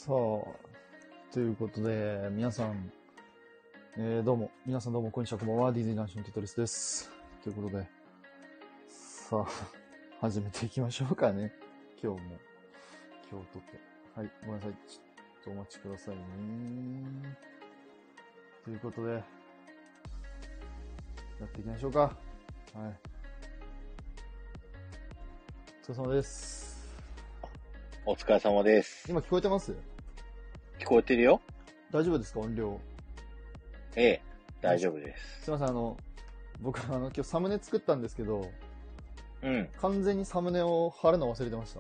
さあ、ということで、皆さんどうも、こんにちは、こんばんは、ディズニーランションテトリスです。ということで、さあ、始めていきましょうかね。今日撮って。はい、ごめんなさい。ちょっとお待ちくださいね。ということで、やっていきましょうか。はい。お疲れ様です。 お疲れ様です。 今聞こえてます？ 聞こえてるよ。 大丈夫ですか？音量。 ええ、大丈夫です。 すいません、僕今日サムネ作ったんですけど、 うん。 完全にサムネを貼るの忘れてました。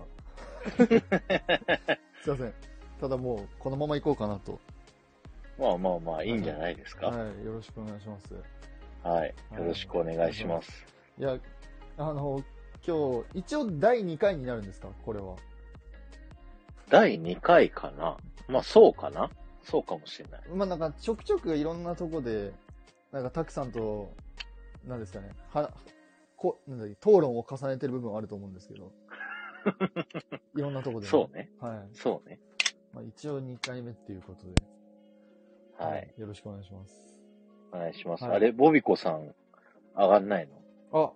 すいません。ただもう、このまま行こうかなと。 まあ、いいんじゃないですか。 はい、よろしくお願いします。 はい。よろしくお願いします。 いや、今日、一応第2回になるんですか？これは。 第2回かな。まあ、そうかな。そうかもしれない。 まあなんか、ちょくちょくいろんなとこで、なんか、たくさんと、なんですかね、なんだっけ、討論を重ねてる部分はあると思うんですけど。いろんなとこで、ね。 そうね。 はい。 そうね。 まあ一応2回目っていうことで。 はい。 よろしくお願いします。 お願いします。 はい、 あれ、ボビコさん、上がんないの？ あ、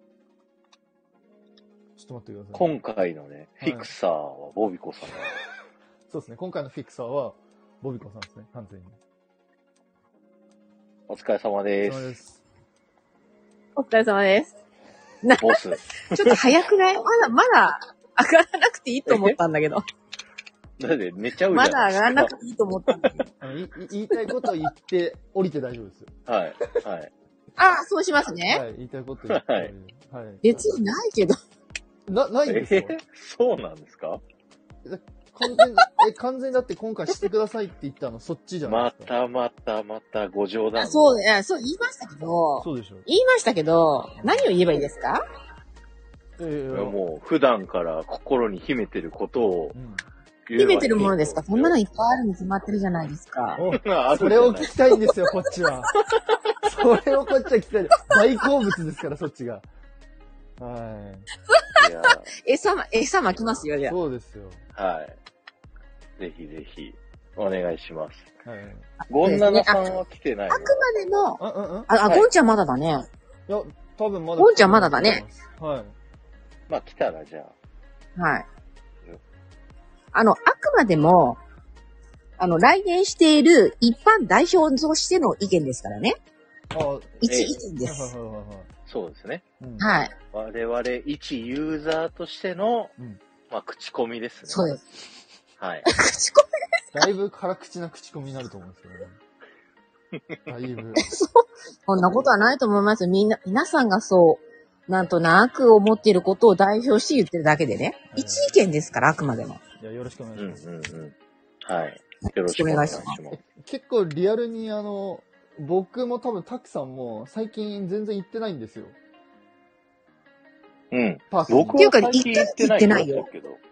ちょっと待ってください。 今回のね、フィクサーはボビコさん。 そうですね。今回のフィクサーは、ボビコさんですね。完全に。 お疲れ様です。 お疲れ様です。 ボス。 ちょっと早くない？まだ上がらなくていいと思ったんだけど。 だって寝ちゃうじゃん。 まだ上がらなくていいと思ったんだけど。 言いたいことを言って降りて大丈夫ですよ。 はい。はい。 あ、そうしますね。 はい。言いたいこと言って。はい。 はい、別にないけど。 ないんですよ。 そうなんですか？ 完全にだって今回してくださいって言ったのそっちじゃないですか。 またご冗談。 そう言いましたけど。 そうでしょ。 言いましたけど、何を言えばいいですか？ もう普段から心に秘めてることを、 秘めてるものですか？そんなのいっぱいあるに決まってるじゃないですか。 それを聞きたいんですよ、こっちは。それをこっちは聞きたい。大好物ですから、そっちが。はい。 餌巻きますよ、じゃあ。 そうですよ。はい。ぜひぜひ、お願いします。 はい。 ゴンナナさんは来てないの？ あくまでも、ゴンちゃんまだだね。 いや、多分まだ。 ゴンちゃんまだだね。 はい。 まあ来たらじゃあ。はい。あくまでも、来年している一般代表としての意見ですからね。一意見です。 そうですね。 はい。 我々一ユーザーとしての、まあ口コミですね。 そうです。 はい。 口コミです。 だいぶ辛口な口コミになると思うんですけどね。だいぶ。 そんなことはないと思います。皆さんがそう、なんとなく思っていることを代表して言ってるだけでね。一意見ですから、あくまでも。 いや、よろしくお願いします。 はい。よろしくお願いします。 結構リアルに僕も多分タクさんも最近全然行ってないんですよ。 うん。 パークに。 っていうか、行ってないよ。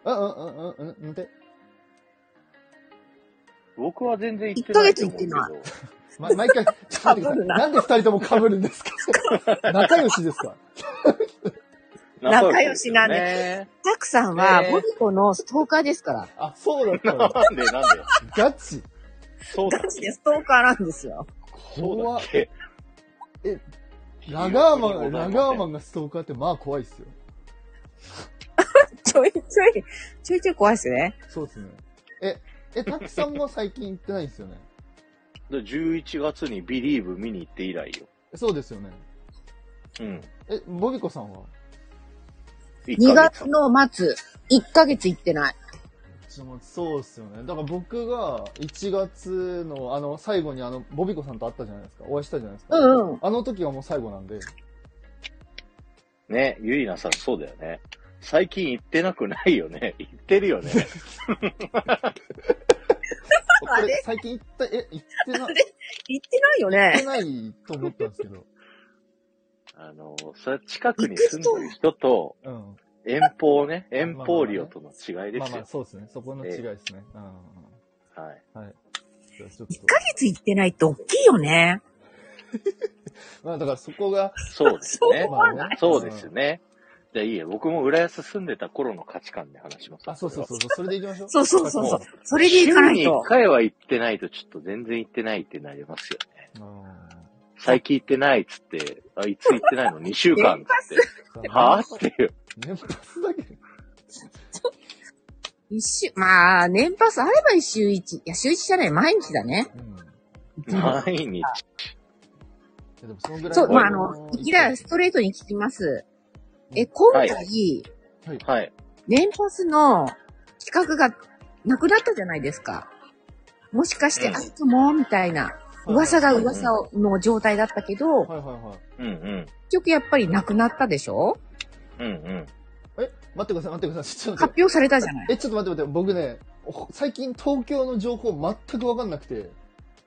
僕は全然行ってない。1ヶ月行ってない。 毎回、なんで二人とも被るんですか？仲良しですか？ 仲良しなんで。タクさんは、ボビコのストーカーですから。 あ、そうだったの。 なんでガチガチでストーカーなんですよ。 怖っ。ラガーマンがストーカーってまあ怖いっすよ。 ちょいちょい怖いっすね。 そうですね。タクさんも最近行ってないんですよね。 11月にビリーブ見に行って以来よ。 そうですよね。 うん。 ボビコさんは 2月の末、1ヶ月行ってない。 そうっすよね。だから僕が1月の最後にボビコさんと会ったじゃないですか。お会いしたじゃないですか。あの時はもう最後なんで。 ね、ゆりなさんそうだよね。最近行ってなくないよね。行ってるよね。 これ最近行ってない。 行ってないよね。 行ってないと思ったんですけど。 それ近くに住んでる人と、遠方ね、遠方リオとの違いですよ。 まあそうですね。そこの違いですね。 はい。 1ヶ月行ってないって大きいよね。 まあだからそこが。 そうですね。そうですね。 じゃあいいよ。僕も浦安住んでた頃の価値観で話します。 あ、そう。それで行きましょう。 そう。それで行かないと。 週に1回は行ってないと、ちょっと全然行ってないってなりますよね。最近行ってないっつって、いつ行ってないの ?2 週間っつって。はぁっていう。 年パスだけまあ、年パスあれば週1。いや、週1じゃない、毎日だね。 毎日。 そう、いきなりストレートに聞きます。今回、 はい。 年パスの企画がなくなったじゃないですか。もしかしてあるかもみたいな。噂の状態だったけど、結局やっぱりなくなったでしょ？ 待ってください。 発表されたじゃない。 ちょっと待って。僕ね、最近東京の情報全くわかんなくて。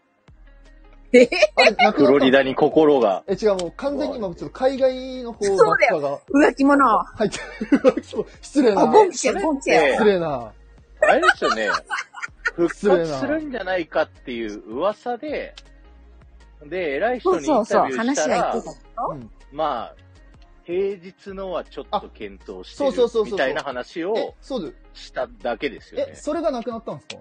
フロリダに心が。 違う、もう完全に今、ちょっと海外の方ばっかが。 浮気者。 入ってる。失礼な。 ボンチェ。 失礼な。 あれですよね。復活するんじゃないかっていう噂で、偉い人にインタビューしたら、まあ、平日のはちょっと検討してるみたいな話をしただけですよね。 それがなくなったんですか？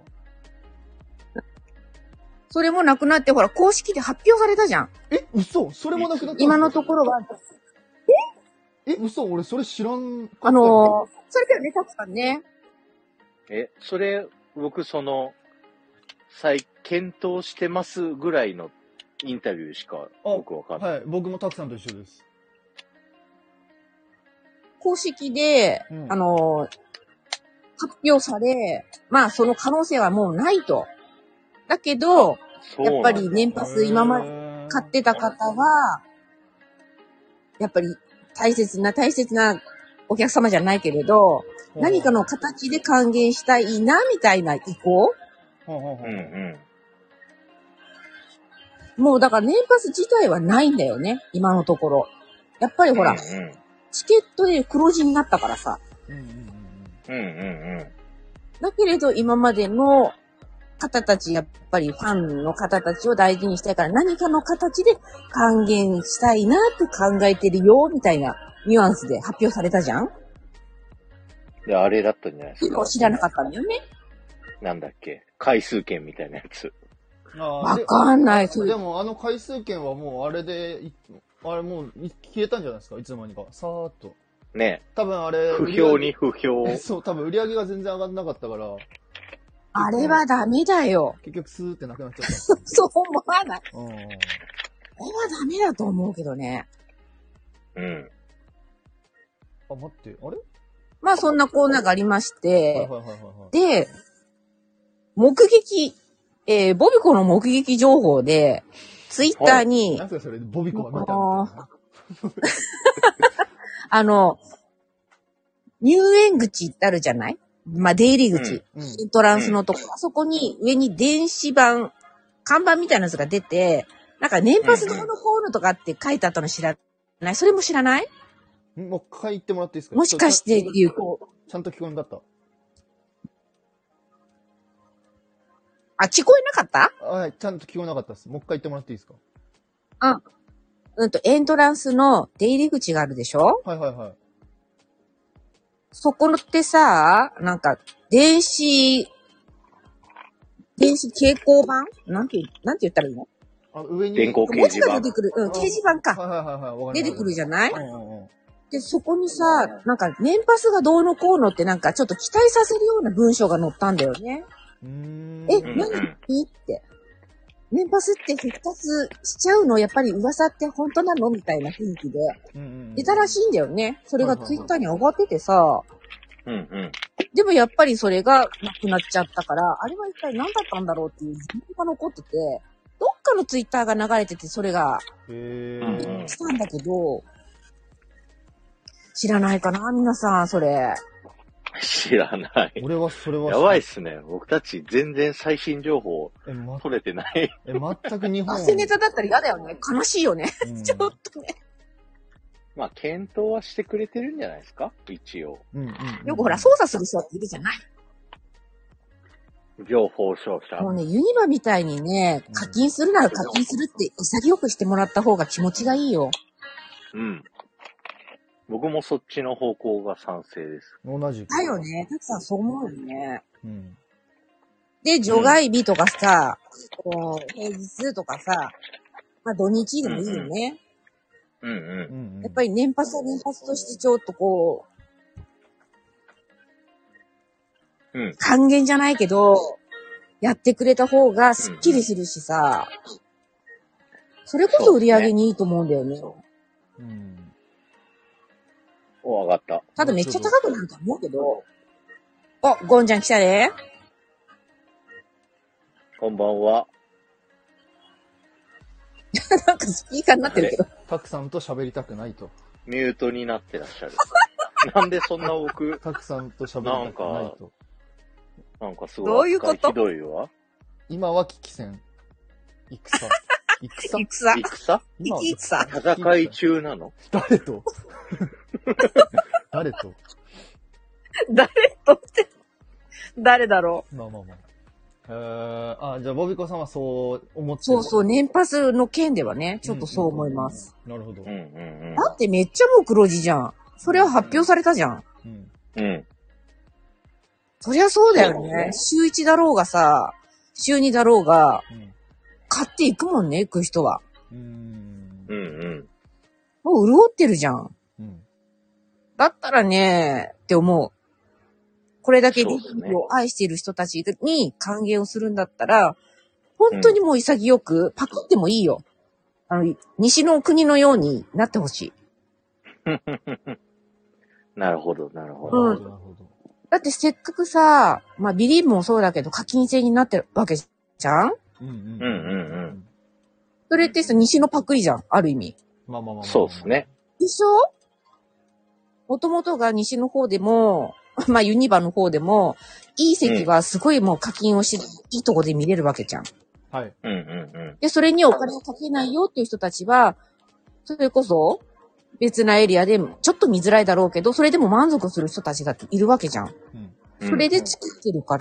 それもなくなって、ほら、公式で発表されたじゃん。 嘘？それもなくなったんですか？ 今のところは。 嘘？俺それ知らんかった。 それだよね、たくさんね。 それ、僕検討してますぐらいのインタビューしか僕わかんない。 はい、僕もたくさんと一緒です。 公式で、発表され、まあその可能性はもうないと。だけど、やっぱり年パス今まで買ってた方は、やっぱり大切なお客様じゃないけれど、何かの形で還元したいな、みたいな意向？もうだから年パス自体はないんだよね、今のところ。やっぱりほら、チケットで黒字になったからさ。だけれど今までの方たち、やっぱりファンの方たちを大事にしたいから何かの形で還元したいなって考えてるよ、みたいなニュアンスで発表されたじゃん？ で、あれだったんじゃないですか。 知らなかったんだよね。 なんだっけ？回数券みたいなやつ。 わかんない。 でも回数券はもうあれもう消えたんじゃないですか？いつの間にか。さーっと。 ね。 多分あれ。 不評に不評。 そう、多分売り上げが全然上がんなかったから。 あれはダメだよ。 結局スーってなくなっちゃった。 そう思わない。あれはダメだと思うけどね。 待って、あれ？ まあそんなコーナーがありまして、で、ボビコの目撃情報で、ツイッターに、 なんすかそれ、ボビコが見たみたいな。 入園口ってあるじゃない？まあ出入り口、エントランスのとこ、あそこに上に電子版、看板みたいなやつが出て、なんか年パスどうのこうのとかって書いてあったの知らない？それも知らない？ もう一回言ってもらっていいですか？ もしかして有効。 ちゃんと聞こえなかった。 聞こえなかった？ はい、ちゃんと聞こえなかったです。もう一回言ってもらっていいですか？ エントランスの出入り口があるでしょ？ はい。 そこってさ、なんか、電子蛍光板？なんて言ったらいいの？ 上に。 電光掲示板。 文字が出てくる。掲示板か。 はい。 出てくるじゃない？で、そこにさ、なんか、年パスがどうのこうのってなんか、ちょっと期待させるような文章が載ったんだよね。何って。年パスって復活しちゃうの？やっぱり噂って本当なの？みたいな雰囲気で。出たらしいんだよね。それがツイッターに上がっててさ。でもやっぱりそれがなくなっちゃったから、あれは一体何だったんだろうっていう疑問が残ってて、どっかのツイッターが流れてて、それが、したんだけど、知らないかな皆さん、それ。 知らない。 俺はそれは。 やばいっすね。僕たち全然最新情報取れてない。 全く日本。 汗ネタだったら嫌だよね。悲しいよね。ちょっとね。 まあ、検討はしてくれてるんじゃないですか一応。 よくほら、操作する人っているじゃない？ 情報商社。 もうね、ユニバみたいにね、課金するなら課金するって潔くしてもらった方が気持ちがいいよ。 僕もそっちの方向が賛成です。 同じく。 だよね。たくさんそう思うよね。うん。で、除外日とかさ、平日とかさ、まあ土日でもいいよね。 うんうん。 やっぱり年パスは年パスとしてちょっとこう、還元じゃないけど、やってくれた方がスッキリするしさ、それこそ売り上げにいいと思うんだよね。うん。 お、上がった。 ただめっちゃ高くなると思うけど。お、ゴンちゃん来たね。 こんばんは。 なんかスピーカーになってるけど。 たくさんと喋りたくないと。 ミュートになってらっしゃる。なんでそんな僕。 たくさんと喋りたくないと。 なんかすごい。 どういうこと？ ひどいわ。 今は危機戦。戦。 今戦い中なの？ 誰と誰とって、誰だろう。 まあまあまあ。じゃあ、ボビコさんはそう思ってる。 そうそう、年パスの件ではね、ちょっとそう思います。 なるほど。だってめっちゃもう黒字じゃん。それは発表されたじゃん。そりゃそうだよね。週1だろうがさ、週2だろうが、買っていくもんね、行く人は。もう潤ってるじゃん。だったらね、って思う。これだけディズニーを愛している人たちに還元をするんだったら、本当にもう潔くパクってもいいよ。西の国のようになってほしい。 なるほど、なるほど。 だってせっかくさ、まあビリーブもそうだけど課金制になってるわけじゃん？それってさ、西のパクリじゃん、ある意味。 そうですね。 でしょ？もともとが西の方でも、まあユニバの方でも、いい席はすごいもう課金をして、いいとこで見れるわけじゃん。 はい。 で、それにお金をかけないよっていう人たちは、それこそ、別なエリアでちょっと見づらいだろうけど、それでも満足する人たちがいるわけじゃん。それで作ってるから、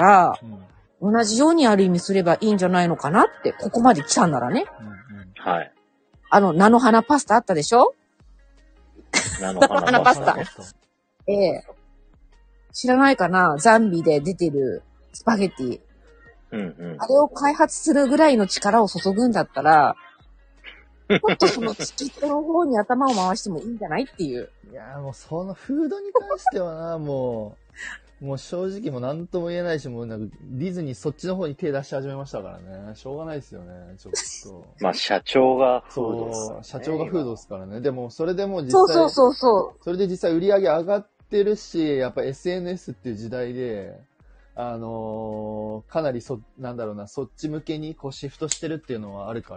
同じようにある意味すればいいんじゃないのかなって、ここまで来たんならね。 はい。 菜の花パスタあったでしょ？ 菜の花パスタ。 知らないかな？ザンビで出てるスパゲティ。あれを開発するぐらいの力を注ぐんだったら、もっとそのチキットの方に頭を回してもいいんじゃないっていう。 いやーもうそのフードに関してはな、もう正直もう何とも言えないし、もうなんかディズニーそっちの方に手出し始めましたからね。しょうがないですよね、ちょっと。 まあ社長がフードですからね。 社長がフードですからね。でもそれでも実際、 そう。 それで実際売り上げ上がってるし、やっぱ SNS っていう時代で、かなりなんだろうな、そっち向けにこうシフトしてるっていうのはあるから。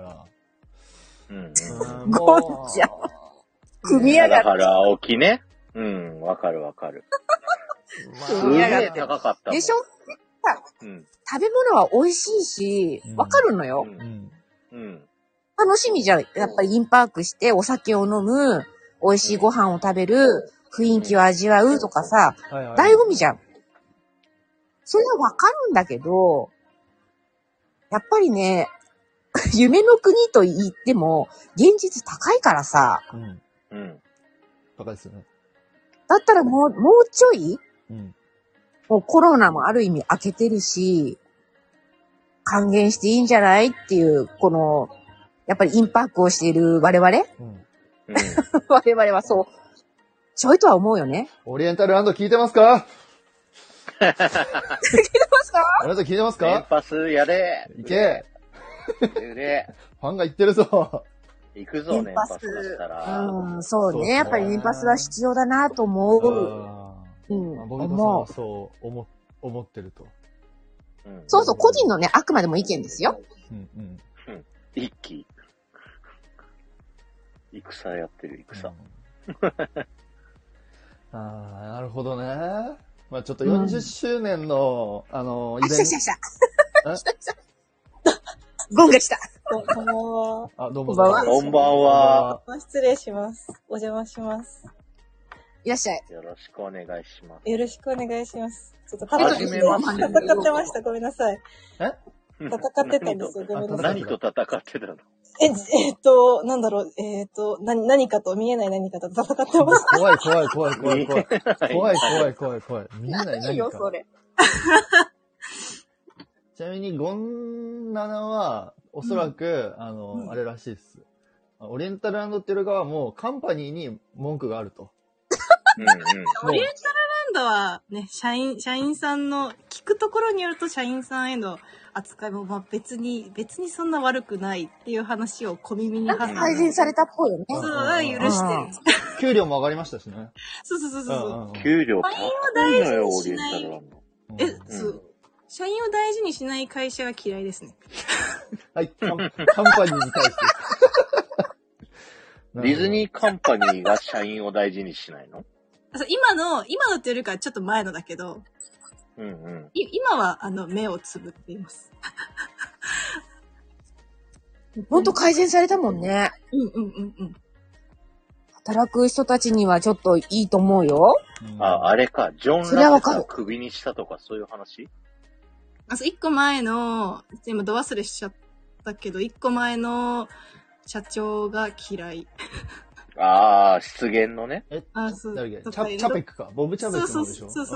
ゴンちゃん。組み上がって。 だから青木ね。わかる。 組み上がって。 高かった。 でしょ？食べ物は美味しいし、わかるのよ。楽しみじゃん。やっぱりインパークしてお酒を飲む、美味しいご飯を食べる、雰囲気を味わうとかさ、醍醐味じゃん。それはわかるんだけど、やっぱりね、夢の国と言っても、現実高いからさ。 高いですよね。 だったらもうちょい、もうコロナもある意味明けてるし、還元していいんじゃないっていう、この、やっぱりインパークをしている我々、我々はそう、ちょいとは思うよね。 オリエンタルランド聞いてますか？ 聞いてますか？ あなた聞いてますか？ 年パスやれ。 行け。 ファンが言ってるぞ。 行くぞ、年パスだったら。 そうね。やっぱり年パスは必要だなと思う。 ボビコさんはそう思ってると。 そう、個人のね、あくまでも意見ですよ。 一気。戦やってる、戦。 なるほどね。まあちょっと40周年の、 イベント。来た。ゴンが来た。 こんばんは。 どうも。 こんばんは。 失礼します。お邪魔します。 いらっしゃい。 よろしくお願いします。 よろしくお願いします。ちょっと戦ってました。ごめんなさい。戦ってたんですよ。ごめんなさい。 何と戦ってたの？ なんだろう、何かと、見えない何かと戦ってます。 怖い。見えない何か。 いいよ、それ。 ちなみに、ゴンナナは、おそらく、あれらしいです。オリエンタルランドっていう側はもう、カンパニーに文句があると。 オリエンタルランドは、ね、社員さんの、聞くところによると、社員さんへの扱いも、まあ別にそんな悪くないっていう話を小耳に挟んで。 改善されたっぽいよね。 そう、許してる。 給料も上がりましたしね。 そう。 給料社員を大事にしない。そう。社員を大事にしない会社が嫌いですね。 はい、カンパニーに対して。 ディズニーカンパニーが社員を大事にしないの？ 今のっていうよりかはちょっと前のだけど、今は目をつぶっています。 ほんと改善されたもんね。働く人たちにはちょっといいと思うよ。 あれか、ジョン・ラッセをクビにしたとかそういう話？ 一個前の、今度忘れしちゃったけど、一個前の社長が嫌い。 失言のね。 そう。チャペックか。ボブ・チャペックのでしょ。 そう。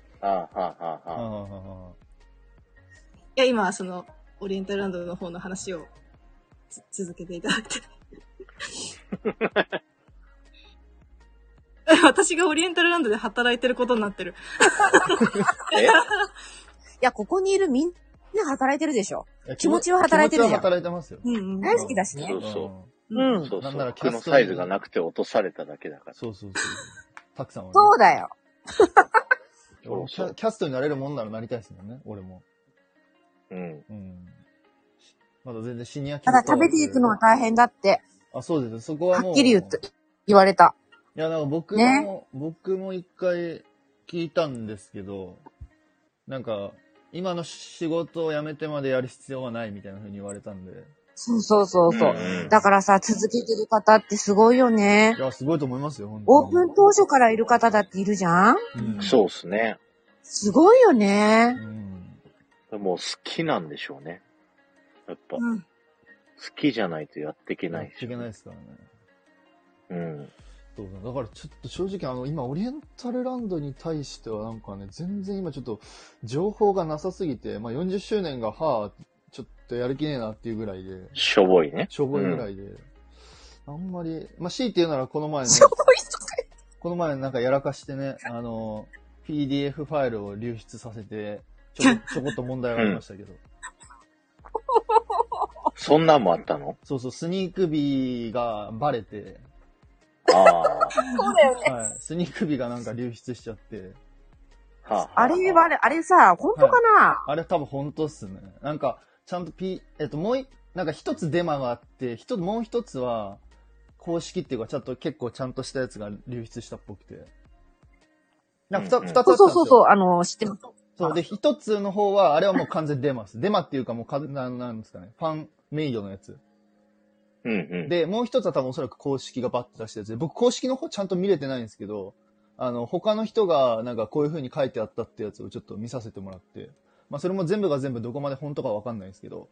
いや、今はオリエンタルランドの方の話を続けていただいて。私がオリエンタルランドで働いてることになってる。 いや、ここにいるみんな働いてるでしょ。気持ちは働いてるじゃん。 気持ちは働いてますよ。 大好きだしね。 そう。なんなら服のサイズがなくて落とされただけだから。 そう。たくさんはね。 そうだよ。 キャストになれるもんならなりたいですもんね、俺も。まだ全然シニアただ食べていくのは大変だって。 そうです。そこはもう。 はっきり言われた。 いや、なんか僕も一回聞いたんですけど、なんか、今の仕事を辞めてまでやる必要はないみたいな風に言われたんで。 そう。だからさ、続けてる方ってすごいよね。 いや、すごいと思いますよ、本当に。オープン当初からいる方だっているじゃん？ そうっすね。 すごいよね。 でも好きなんでしょうね。やっぱ。好きじゃないとやっていけないし。 やっていけないですからね。そうだからちょっと正直今オリエンタルランドに対してはなんかね、全然今ちょっと情報がなさすぎて、40周年がちょっとやる気ねえなっていうぐらいで。 しょぼいね。 しょぼいぐらいで。あんまり、強いて言うならこの前ね。 しょぼいとかこの前なんかやらかしてね、PDF ファイルを流出させて、ちょこっと問題がありましたけど。 そんなんもあったの？ そう、スニークビーがバレて。 そうだよね。 はい。スニークビーがなんか流出しちゃって。 あれさ、本当かな？ あれ多分本当っすね。なんか、ちゃんとなんか一つデマがあって、もう一つは、公式っていうか、結構ちゃんとしたやつが流出したっぽくて。なんか二つあったんですよ。 そう、知ってます。 そう。で、一つの方は、あれはもう完全デマです。デマっていうかもうなんですかね。ファンメイドのやつ。で、もう一つは多分おそらく公式がバッて出したやつで、僕公式の方ちゃんと見れてないんですけど、他の人がなんかこういう風に書いてあったってやつをちょっと見させてもらって、それも全部が全部どこまで本当かわかんないんですけど、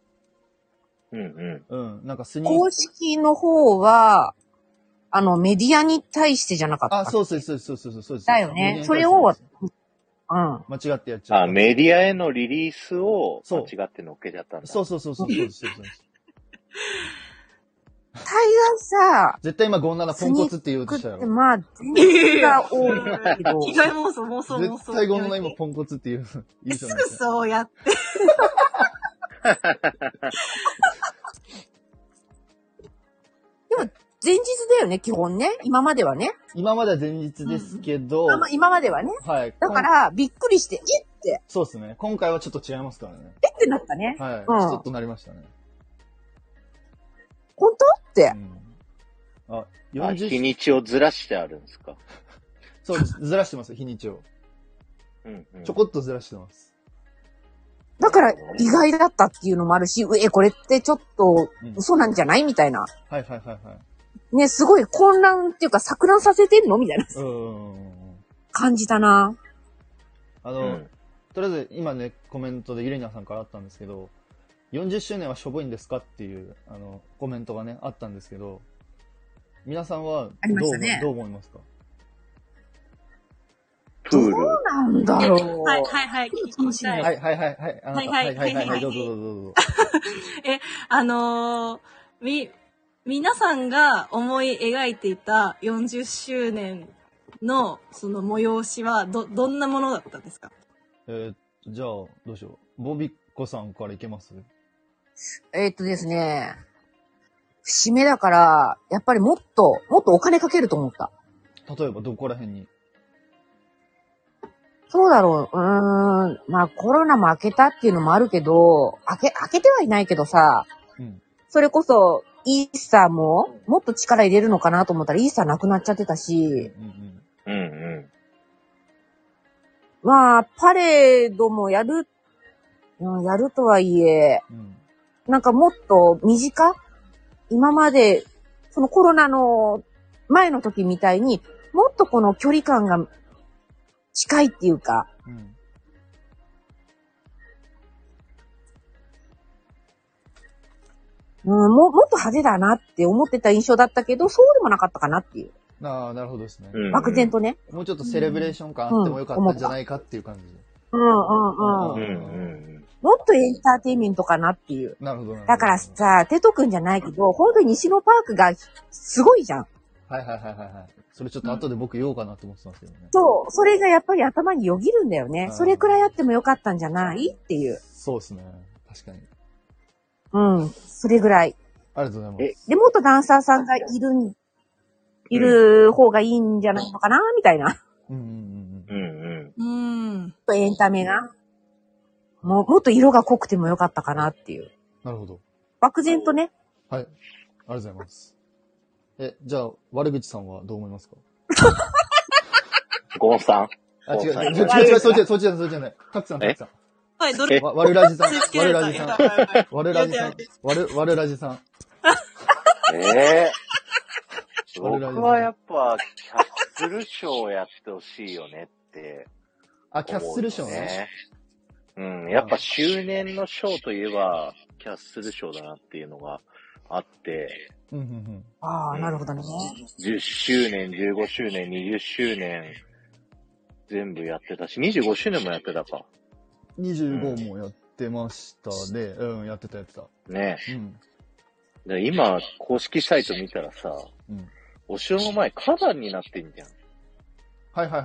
なんか公式の方は、メディアに対してじゃなかった。 そうです。 だよね。それを、 間違ってやっちゃった。 メディアへのリリースを間違って乗っけちゃったんだ。 そうです。 大概さ、 絶対今ゴンナナポンコツって言うとしたやろ。 全然が多いけど。 被害妄想。 絶対ゴンナナ今ポンコツって言う。 すぐそうやって。 でも、前日だよね、基本ね。今まではね。 今までは前日ですけど。 今まではね。 はい。 だから、びっくりして、って。 そうですね。今回はちょっと違いますからね。 ってなったね。 はい。ちょっとなりましたね。 本当って。 日にちをずらしてあるんですか？ そう、ずらしてます、日にちを。ちょこっとずらしてます。 だから、意外だったっていうのもあるし、これってちょっと、嘘なんじゃないみたいな。 はい。 ね、すごい混乱っていうか、錯乱させてんのみたいな。感じたな。 とりあえず、今ね、コメントでゆりなさんからあったんですけど、 40周年はしょぼいんですかっていう、コメントがね、あったんですけど、皆さんはどう思いますか？ プール。どうなんだろう。 はいはいはい。聞きたい。 はいはいはいはい。はい、どうぞどうぞどうぞ。 皆さんが思い描いていた40周年のその催しはどんなものだったんですか？ じゃあ、どうしよう。ボビッコさんからいけます？ ですね、節目だから、やっぱりもっとお金かけると思った。 例えばどこら辺に？ そうだろう。まあコロナも明けたっていうのもあるけど、明けてはいないけどさ、うん、それこそイースターももっと力入れるのかなと思ったらイースターなくなっちゃってたし、まあパレードもやるとはいえ、なんかもっと今までそのコロナの前の時みたいにもっとこの距離感が近いっていうか、もっと派手だなって思ってた印象だったけど、そうでもなかったかなっていう。 ああ、なるほどですね。 漠然とね。 もうちょっとセレブレーション感あってもよかったんじゃないかっていう感じ。 もっとエンターテインメントかなっていう。 なるほど。 だからさ、テト君じゃないけど、本当に西野パークがすごいじゃん。 はいはいはいはい。それちょっと後で僕言おうかなと思ってたんですけどね。 そう。それがやっぱり頭によぎるんだよね。それくらいあってもよかったんじゃないっていう。 そうですね。確かに。 それぐらい。 ありがとうございます。 で、もっとダンサーさんがいる方がいいんじゃないのかなみたいな。エンタメが。もっと色が濃くてもよかったかなっていう。 なるほど。 漠然とね。 はい。ありがとうございます。じゃあ、悪口さんはどう思いますか？ ゴンさん。 あ、違う、そっちじゃない。カクさん。はい、 どれ？ 悪ラジさん。悪ラジさん。 僕はやっぱ、キャッスルショーをやってほしいよねって。 あ、キャッスルショーね。 やっぱ周年のショーといえば、キャッスルショーだなっていうのがあって、 ああ、なるほどね。 10周年、15周年、20周年、全部やってたし、25周年もやってたか。 25もやってましたね。やってた。 ねで今、公式サイト見たらさ、お城の前、花壇になってんじゃん。 はい。 もう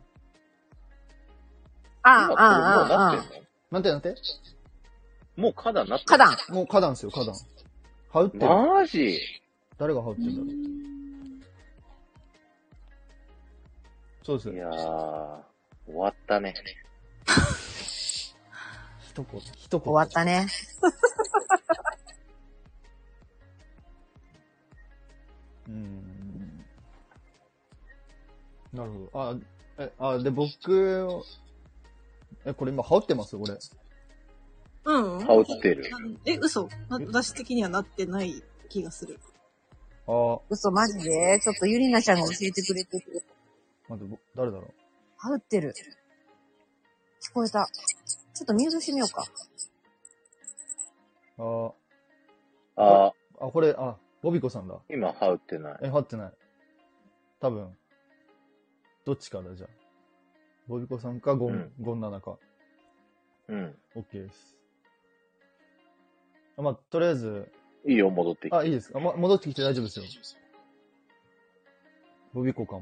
なってんの？ なんてもう花壇なってんの？ もう花壇ですよ、花壇。羽打ってる。 マジ？ 誰が羽打ってんだろう。そうですよ。 いやー、終わったね。 一言。 終わったね。 なるほど。で、僕、これ今羽織ってます俺。 羽織ってる。 嘘。私的にはなってない気がする。 嘘、マジでちょっとゆりなちゃんが教えてくれてる。 待って、誰だろう。 羽織ってる。聞こえた。ちょっとミュートしてみようか。 これ、ボビコさんだ。 今、羽織ってない。 羽織ってない。多分。どっちかだ、じゃあ。ボビコさんか、ゴンナナか。OK です。とりあえず。 いいよ、戻ってきて。 いいですか。戻ってきて大丈夫ですよ。ボビコかも。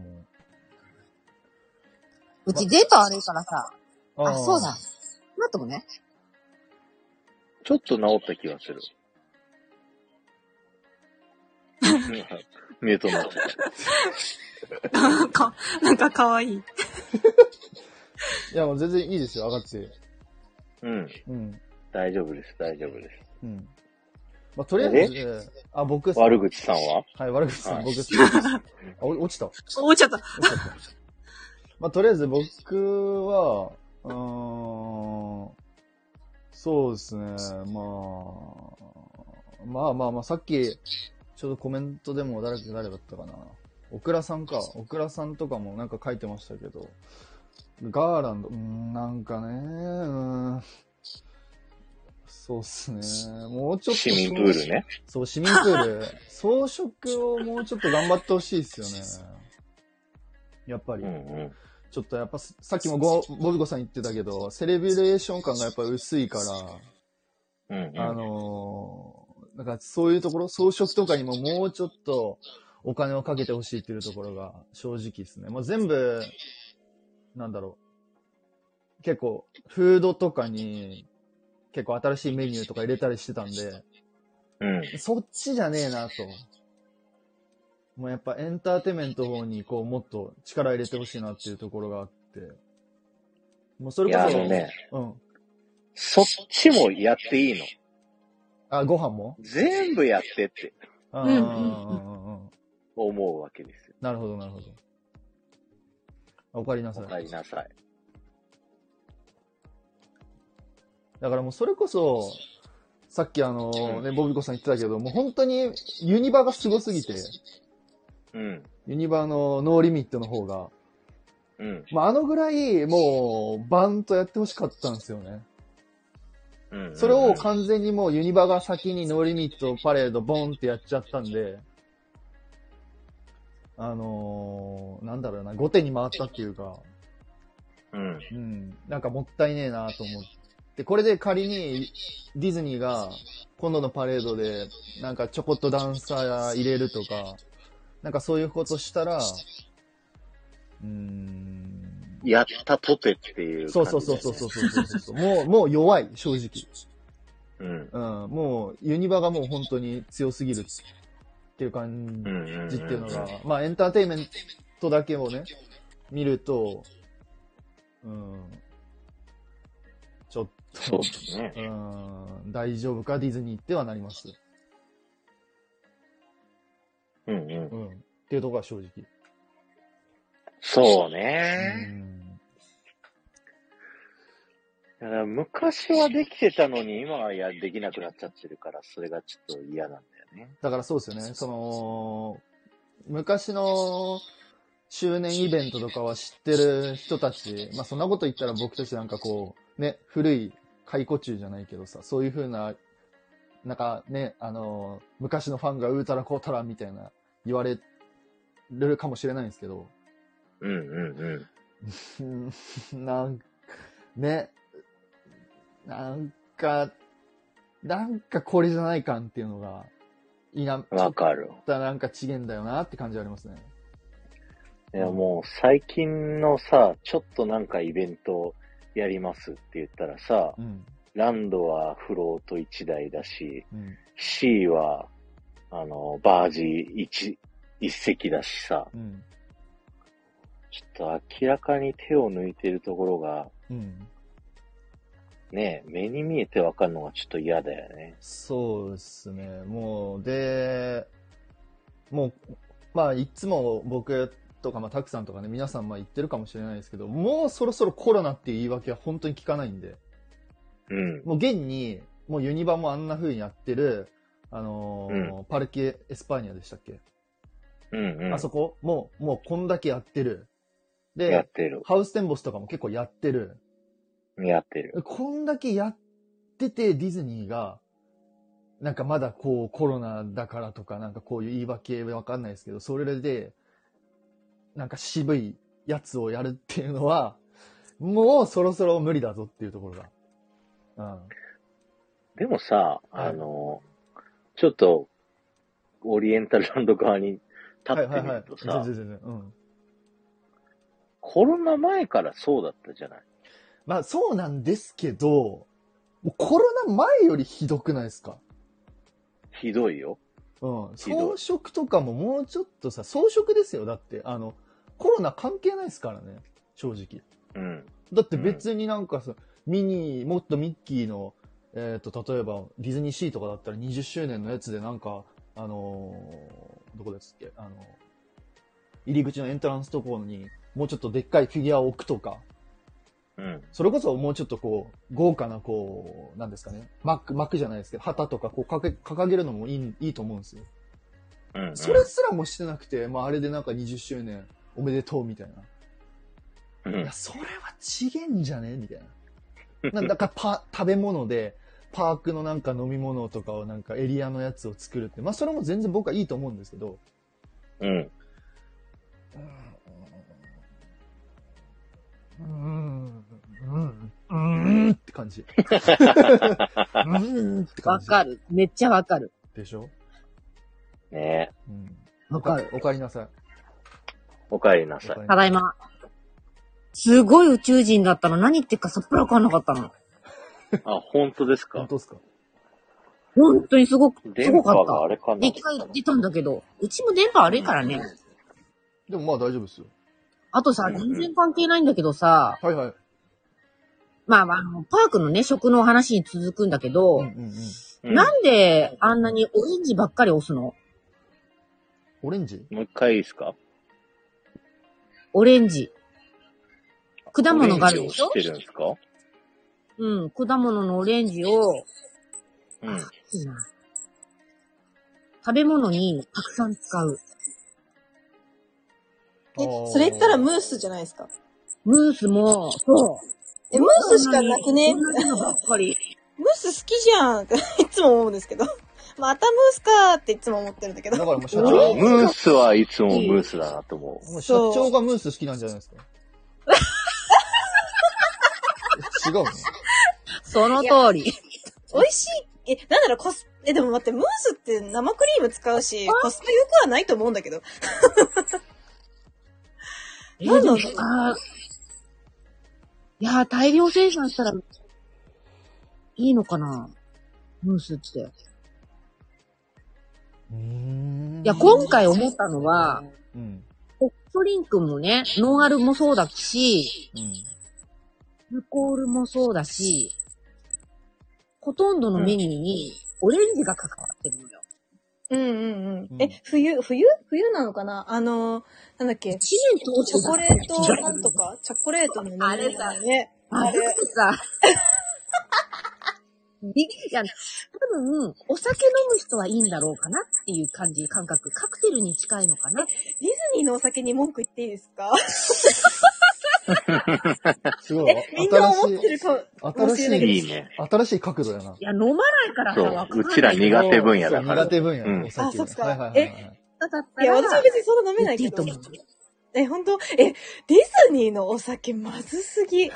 うち電波悪いからさ。そうだ。なってもね。 ちょっと治った気がする。ミュートになっちゃった。 なんかかわいい。 いや、もう全然いいですよ、上がって。 大丈夫です。 とりあえず、僕悪口さんは？ はい、悪口さん、僕落ちた。 落ちちゃった。 とりあえず僕は、そうですね、さっき、ちょうどコメントでも誰だったかな。オクラさんとかもなんか書いてましたけど、ガーランド、なんかね、 そうっすね。もうちょっと。 市民プールね。 そう、市民プール。装飾をもうちょっと頑張ってほしいっすよね。やっぱり。 うんうん。 ちょっとやっぱ、さっきもボビコさん言ってたけど、セレブレーション感がやっぱ薄いから、 うんうん、 なんかそういうところ、装飾とかにももうちょっとお金をかけてほしいっていうところが正直ですね。もう全部、なんだろう。結構、フードとかに、結構新しいメニューとか入れたりしてたんで、 うん、 そっちじゃねえなと。もうやっぱエンターテイメントの方にこうもっと力入れてほしいなっていうところがあって。もうそれこそ。 いや、ね。 うん。 そっちもやっていいの？ あ、ご飯も？ 全部やってって。思うわけですよ。 なるほど、なるほど。お帰りなさい。 お帰りなさい。 だからもうそれこそ、さっきね、ボビコさん言ってたけど、もう本当にユニバがすごすぎて、 うん。 ユニバのノーリミットの方が、 うん。 まあ、ぐらいもうバンとやってほしかったんですよね。 うん、うん。 それを完全にもうユニバが先にノーリミットパレードボンってやっちゃったんで、なんだろうな、後手に回ったっていうか、 うん。 うん。なんかもったいねえなと思って。これで仮にディズニーが今度のパレードでなんかちょこっとダンサー入れるとか、なんかそういうことしたら、 やったとてっていう感じ、ね。 そう。もう弱い、正直。 うん。 もうユニバがもう本当に強すぎるっていう感じっていうのが、まあエンターテインメントだけをね、見ると、ちょっと、 そうですね。 大丈夫かディズニーってはなります。っていうところが正直。 そうね。だから昔はできてたのに今はできなくなっちゃってるから、それがちょっと嫌なんだよね。 だからそうですよね。昔の周年イベントとかは知ってる人たち、まあそんなこと言ったら僕たちなんかこう、ね、古い解雇中じゃないけどさ、そういう風な、なんかね、昔のファンがうーたらこうたらみたいな言われるかもしれないんですけど。なんかこれじゃない感っていうのが、 わかる。 なんか違えんだよなって感じありますね。 いやもう最近のさ、ちょっとなんかイベントやりますって言ったらさ、ランドはフロート1台だし、C は、バージ一席だしさ、ちょっと明らかに手を抜いてるところが、ねえ、目に見えてわかるのがちょっと嫌だよね。 そうですね。まあ、いつも僕とか、まあ、たくさんとかね、皆さん言ってるかもしれないですけど、もうそろそろコロナっていう言い訳は本当に聞かないんで。もう現に、もうユニバもあんな風にやってる、パルケ・エスパーニャでしたっけ？あそこもうこんだけやってる。で、 やってる。 ハウステンボスとかも結構やってる。 やってる。 こんだけやってて、ディズニーが、なんかまだこうコロナだからとか、なんかこういう言い訳わかんないですけど、それで、なんか渋いやつをやるっていうのは、もうそろそろ無理だぞっていうところが。 でもさ、ちょっと、オリエンタルランド側に立ってみるとさ、コロナ前からそうだったじゃない。 まあそうなんですけど、もうコロナ前よりひどくないですか？ ひどいよ。 装飾とかももうちょっとさ、装飾ですよ。だって、コロナ関係ないですからね、正直。だって別になんかさ、もっとミッキーの、例えばディズニーシーとかだったら20周年のやつでなんか、どこですっけ？入り口のエントランスところにもうちょっとでっかいフィギュアを置くとか、それこそもうちょっとこう、豪華なこう、なんですかね、幕じゃないですけど、旗とかこう掲げるのもいいと思うんですよ。それすらもしてなくて、まああれでなんか20周年おめでとうみたいな。いや、それはちげんじゃねみたいな。だから食べ物で、 パークのなんか飲み物とかをなんかエリアのやつを作るって、まあそれも全然僕はいいと思うんですけど、 うん。 って感じ。って感じ。 わかる。めっちゃわかる。 でしょねえ。うん。 わかる。 おかえりなさい。 おかえりなさい。 ただいま。すごい宇宙人だったの。何言ってるかさっぱりわかんなかったの。 あ、本当ですか？ 本当ですか？ 本当にすごかった。 電波があれかな？ 一回出たんだけど、うちも電波悪いからね。 でもまあ大丈夫ですよ。 あとさ、全然関係ないんだけどさ、 はいはい。 まあ、パークのね、食の話に続くんだけど、なんであんなにオレンジばっかり押すの？ オレンジ？ もう一回いいですか？ オレンジ。果物があるでしょ？ オレンジを知ってるんですか？ うん、果物のオレンジを、 うん。 いいな。食べ物にたくさん使う。 それ言ったらムースじゃないですか。 ムースも、そう。 ムースしかなくね？ 同じのばっかり。 ムース好きじゃんっていつも思うんですけど。またムースかーっていつも思ってるんだけど。 だからもう社長。ムースはいつもムースだなと思う。 もう社長がムース好きなんじゃないですか？違うの？ その通り。 美味しい。なんだろう、でも待って、ムースって生クリーム使うし、コスパ良くはないと思うんだけど。 なんだろう。いやー、大量生産したら、いいのかな？ムースって。いや、今回思ったのは、ホットリンクもね、ノンアルもそうだし、アルコールもそうだし、ほとんどのメニューにオレンジが関わってるのよ。 冬なのかな？なんだっけ？チョコレートなんとか？チョコレートのあれさ、あれさ、いや、多分、お酒飲む人はいいんだろうかなっていう感覚。カクテルに近いのかな。 ディズニーのお酒に文句言っていいですか？ すごい。 みんな思ってるかもしれないけど。 いいね。 新しい角度やな。 いや、飲まないからさ、わかんないけど。 うちら苦手分野だから。 苦手分野。 あ、そっか。 だったら、 いや、私は別にそんな飲めないけど。本当ディズニーのお酒まずすぎ。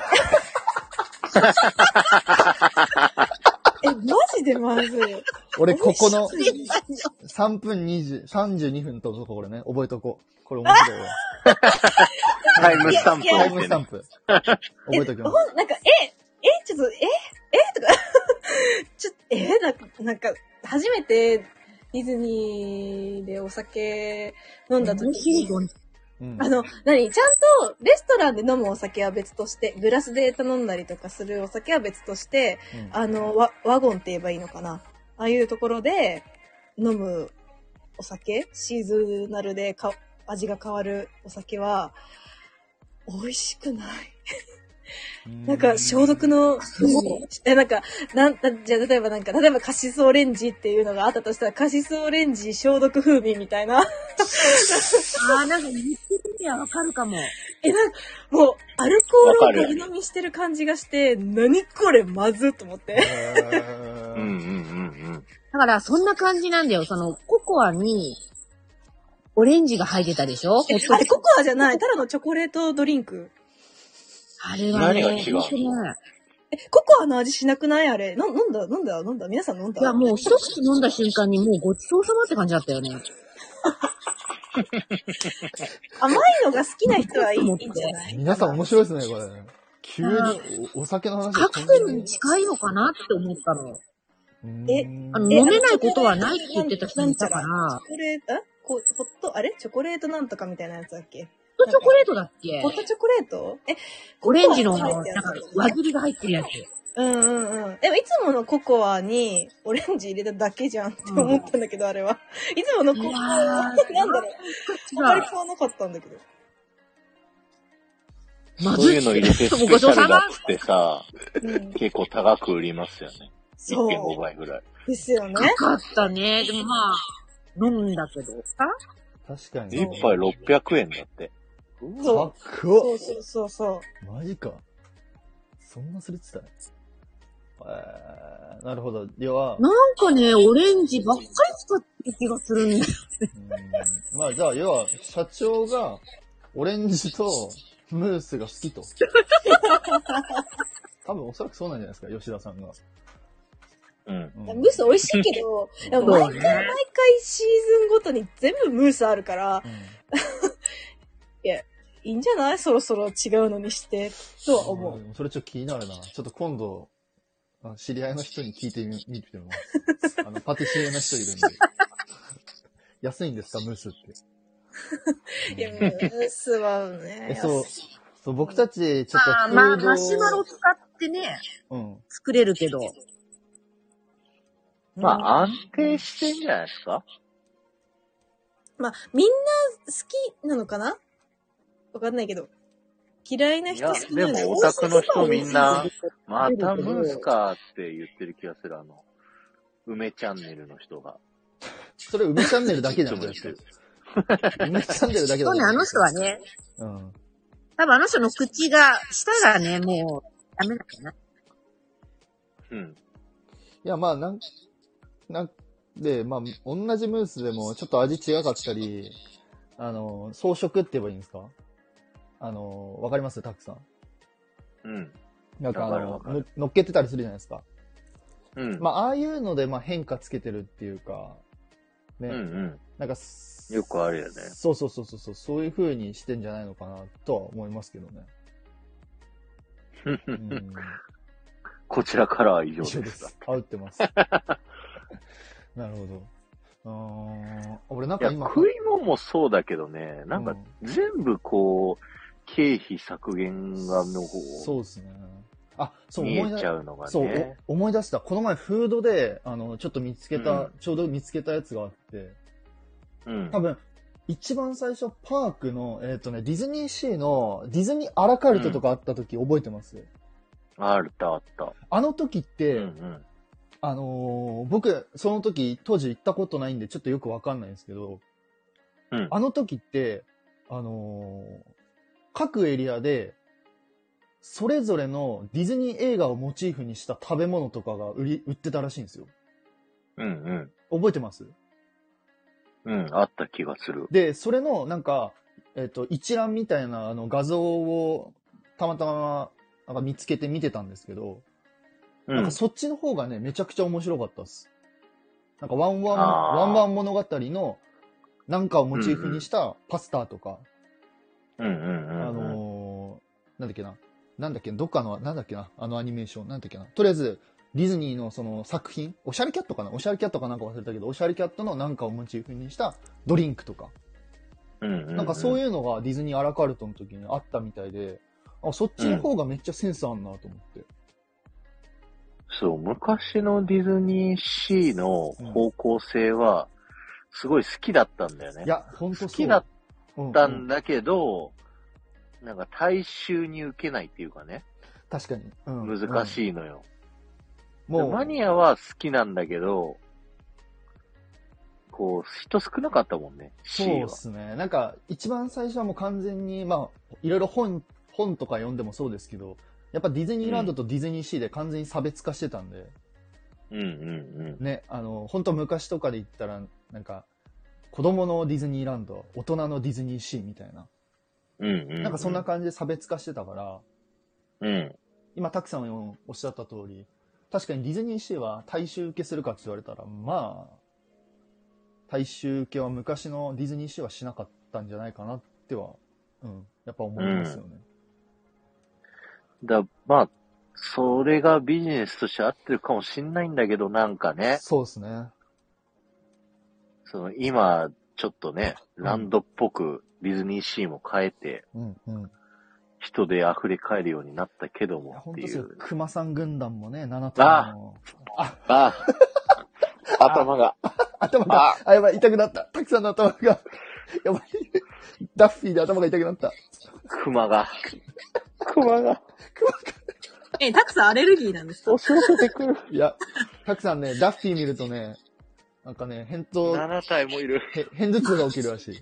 マジでまずい。 俺、ここの3分32分ところね、覚えとこう。これ面白いわ。 タイムスタンプ。 タイムスタンプ。覚えときます。 なんか、ちょっと、とか、なんか、初めてディズニーでお酒飲んだ時に、ちゃんとレストランで飲むお酒は別として、グラスで頼んだりとかするお酒は別として、ワゴンって言えばいいのかな。ああいうところで飲むお酒、シーズナルで味が変わるお酒は、美味しくない。なんか、消毒の、なんか、じゃあ、例えばカシスオレンジっていうのがあったとしたら、カシスオレンジ消毒風味みたいな。 なんか言ってみりゃわかるかも。 もう、アルコールを取り飲みしてる感じがして、何これまずっと思って。 だから、そんな感じなんだよ。ココアに、オレンジが入ってたでしょ？ あれ、ココアじゃない。ただのチョコレートドリンク。 あれはね、 何が違うの？ ココアの味しなくない？あれ。飲んだ皆さん飲んだ？ いや、もう一口飲んだ瞬間にもうごちそうさまって感じだったよね。 甘いのが好きな人はいいんじゃない？ 皆さん面白いですね、これ。急にお酒の話。 カクテルに近いのかなって思ったの。飲めないことはないって言ってた人いたから。 チョコレートなんとかみたいなやつだっけ？ ホットチョコレートだっけ？ ホットチョコレート？ オレンジの、なんか、輪切りが入ってるやつ。 でもいつものココアにオレンジ入れただけじゃんって思ったんだけど、あれは。いつものココアは、なんだろう。あまり変わらなかったんだけど。 そういうの入れてスペシャルだっつってさ、結構高く売りますよね。 そう。 1.5 倍ぐらい。 ですよね。 高かったね。でもまあ、飲むんだけどさ。 確かに。 1杯600円だって。 そう。そう。 マジか。そんなするってたね。 なるほど。要は。 なんかね、オレンジばっかり使ってる気がするんだよ。 まあ、じゃあ、要は、社長が、オレンジとムースが好きと。多分、おそらくそうなんじゃないですか、吉田さんが。 ムース美味しいけど、でも毎回シーズンごとに全部ムースあるから、いや、いいんじゃないそろそろ違うのにして、とは思う。 それちょっと気になるな。ちょっと今度、知り合いの人に聞いてみても。パティシエの人いるんで。安いんですか、ムースって。 いや、ムースはね。 そう、僕たち、ちょっとマシュマロ使ってね、作れるけど。 まあ、安定してんじゃないですか？ まあ、みんな好きなのかな？わかんないけど。嫌いな人好きなの。 でも、オタクの人みんな、またムースかって言ってる気がする、梅チャンネルの人が。 それ梅チャンネルだけじゃないですか。梅チャンネルだけだそうね、あの人はね。多分あの人の口が、舌がね、もう、ダメだよね。 いや、まあ、で、まあ、同じムースでもちょっと味違かったり、装飾って言えばいいんですか？わかりますたくさん。なんか乗っけてたりするじゃないですか。まあ、ああいうので、まあ、変化つけてるっていうか、ね。なんか、 よくあるよね。 そういう風にしてんじゃないのかな、とは思いますけどね。 こちらからは以上です。 あうってます。なるほど。俺なんか今。 食い物もそうだけどね、なんか全部こう、経費削減がの方。 そうですね。 見えちゃうのがね。 そう、思い出した。この前フードで、ちょっとちょうど見つけたやつがあって、多分、一番最初、パークの、ディズニーシーの、ディズニーアラカルトとかあった時、覚えてます？ あった。 あの時って、僕、その時、当時行ったことないんで、ちょっとよくわかんないんですけど、あの時って、各エリアで、それぞれのディズニー映画をモチーフにした食べ物とかが売ってたらしいんですよ。覚えてます？ あった気がする。 で、それの、なんか、一覧みたいな画像をたまたまなんか見つけて見てたんですけど、なんかそっちの方がね、めちゃくちゃ面白かったです。なんかワンワン物語のなんかをモチーフにしたパスタとか、なんだっけな、どっかの、なんだっけな、アニメーション、なんだっけな、とりあえず、ディズニーのその作品、オシャレキャットかなんか忘れたけど、オシャレキャットのなんかをモチーフにしたドリンクとか、なんかそういうのがディズニーアラカルトの時にあったみたいで、そっちの方がめっちゃセンスあんなと思って。 そう、昔のディズニーシーの方向性は、すごい好きだったんだよね。 いや、ほんとそう。 好きだったんだけど、なんか大衆に受けないっていうかね。 確かに。 難しいのよ。もうマニアは好きなんだけど、こう、人少なかったもんね。 そうですね。なんか、一番最初はもう完全に、まあ、いろいろ本とか読んでもそうですけど、やっぱディズニーランドとディズニーシーで完全に差別化してたんで。ね、本当昔とかで言ったら、なんか、子供のディズニーランド、大人のディズニーシーみたいな。なんかそんな感じで差別化してたから、今、たくさんおっしゃった通り、確かにディズニーシーは大衆受けするかって言われたら、まあ、大衆受けは昔のディズニーシーはしなかったんじゃないかなっては、やっぱ思いますよね。 まあ、それがビジネスとして合ってるかもしんないんだけど、なんかね。 そうですね。 今、ちょっとね、ランドっぽくディズニーシーも変えて、人で溢れ返るようになったけどもっていう。 本当そう。熊さん軍団もね、7頭の。 頭が。 やばい、痛くなった。たくさんの頭が。やばい。ダッフィーで頭が痛くなった。 熊が。 タクさんアレルギーなんですか？ 押し寄せてくる。 いや、たくさんね、ダッフィー見るとね、なんかね、 7体もいる。 片頭痛が起きるらしい。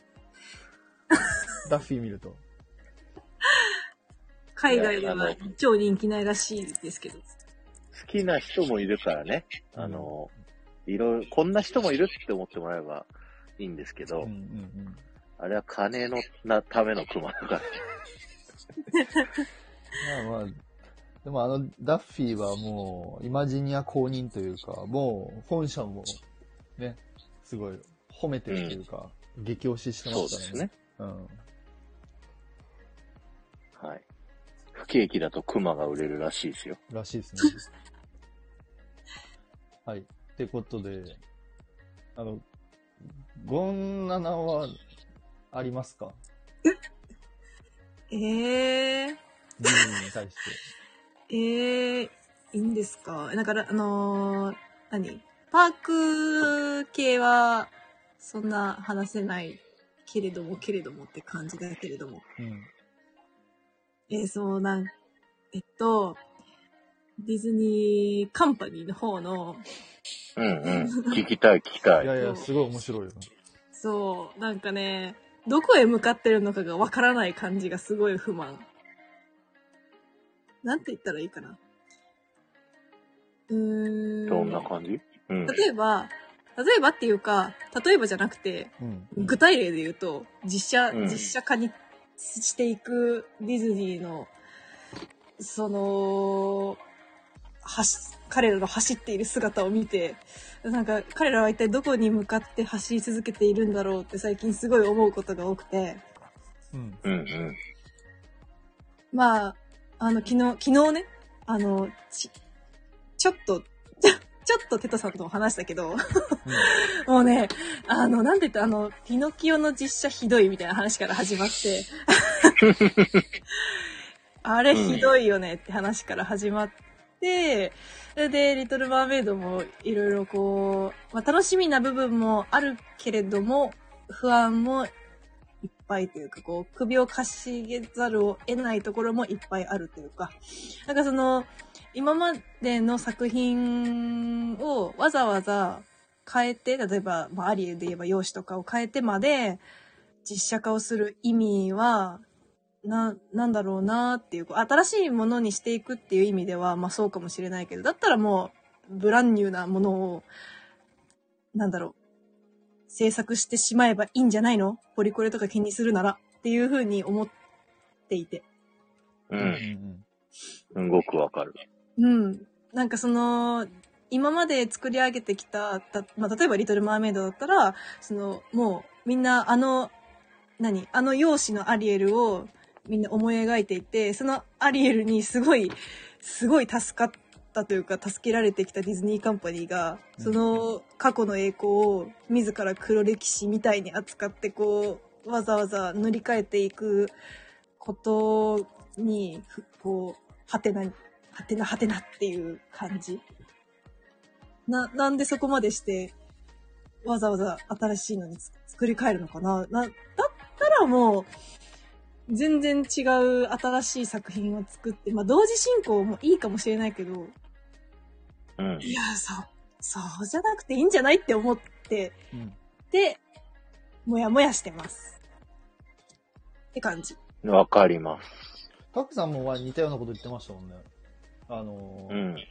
ダッフィー見ると。 海外では超人気ないらしいですけど。 きな人もいるからね。いろいろ、こんな人もいるって思ってもらえばいいんですけど、あれは金のための熊だから。 まあ、でもダッフィーはもう、イマジニア公認というか、もう、本社も、ね、すごい褒めてるというか、激推ししてますからね。そうですね。 はい。不景気だと熊が売れるらしいですよ。 らしいですね。はい。ってことで、ゴンナナは、ありますか？ ディズニーに対して。 いいんですか？だから、パーク系は、そんな話せないけれどもって感じだけれども。そうディズニーカンパニーの方の、 聞きたい。 いやいや、すごい面白いよ。 そう、なんかね、どこへ向かってるのかがわからない感じがすごい不満。なんて言ったらいいかな。 どんな感じ？ 例えばっていうか、例えばじゃなくて、具体例で言うと、実写化にしていくディズニーの、彼らの走っている姿を見て、なんか彼らは一体どこに向かって走り続けているんだろうって最近すごい思うことが多くて。まあ、昨日ね、ちょっとテトさんとも話したけど、もうね、なんて言ったピノキオの実写ひどいみたいな話から始まって、あれひどいよねって話から始まって、で、リトル・マーメイドもいろいろこう、楽しみな部分もあるけれども、不安もいっぱいというか、こう、首をかしげざるを得ないところもいっぱいあるというか、なんか今までの作品をわざわざ変えて、例えば、アリエルで言えば容姿とかを変えてまで実写化をする意味は、なんだろうなっていう、新しいものにしていくっていう意味では、そうかもしれないけど、だったらもう、ブランニューなものを、制作してしまえばいいんじゃないの？ポリコレとか気にするならっていう風に思っていて。 すごくわかる。 なんか今まで作り上げてきた、例えばリトル・マーメイドだったら、もうみんな容姿のアリエルをみんな思い描いていて、そのアリエルにすごい助かったというか、助けられてきたディズニーカンパニーが、その過去の栄光を自ら黒歴史みたいに扱って、こう、わざわざ塗り替えていくことに、こう、はてなっていう感じ。なんでそこまでして、わざわざ新しいのに作り変えるのかな。だったらもう、全然違う新しい作品を作って、同時進行もいいかもしれないけど、いや、そうじゃなくていいんじゃないって思って、で、もやもやしてます。って感じ。 わかります。 タクさんも似たようなこと言ってましたもんね。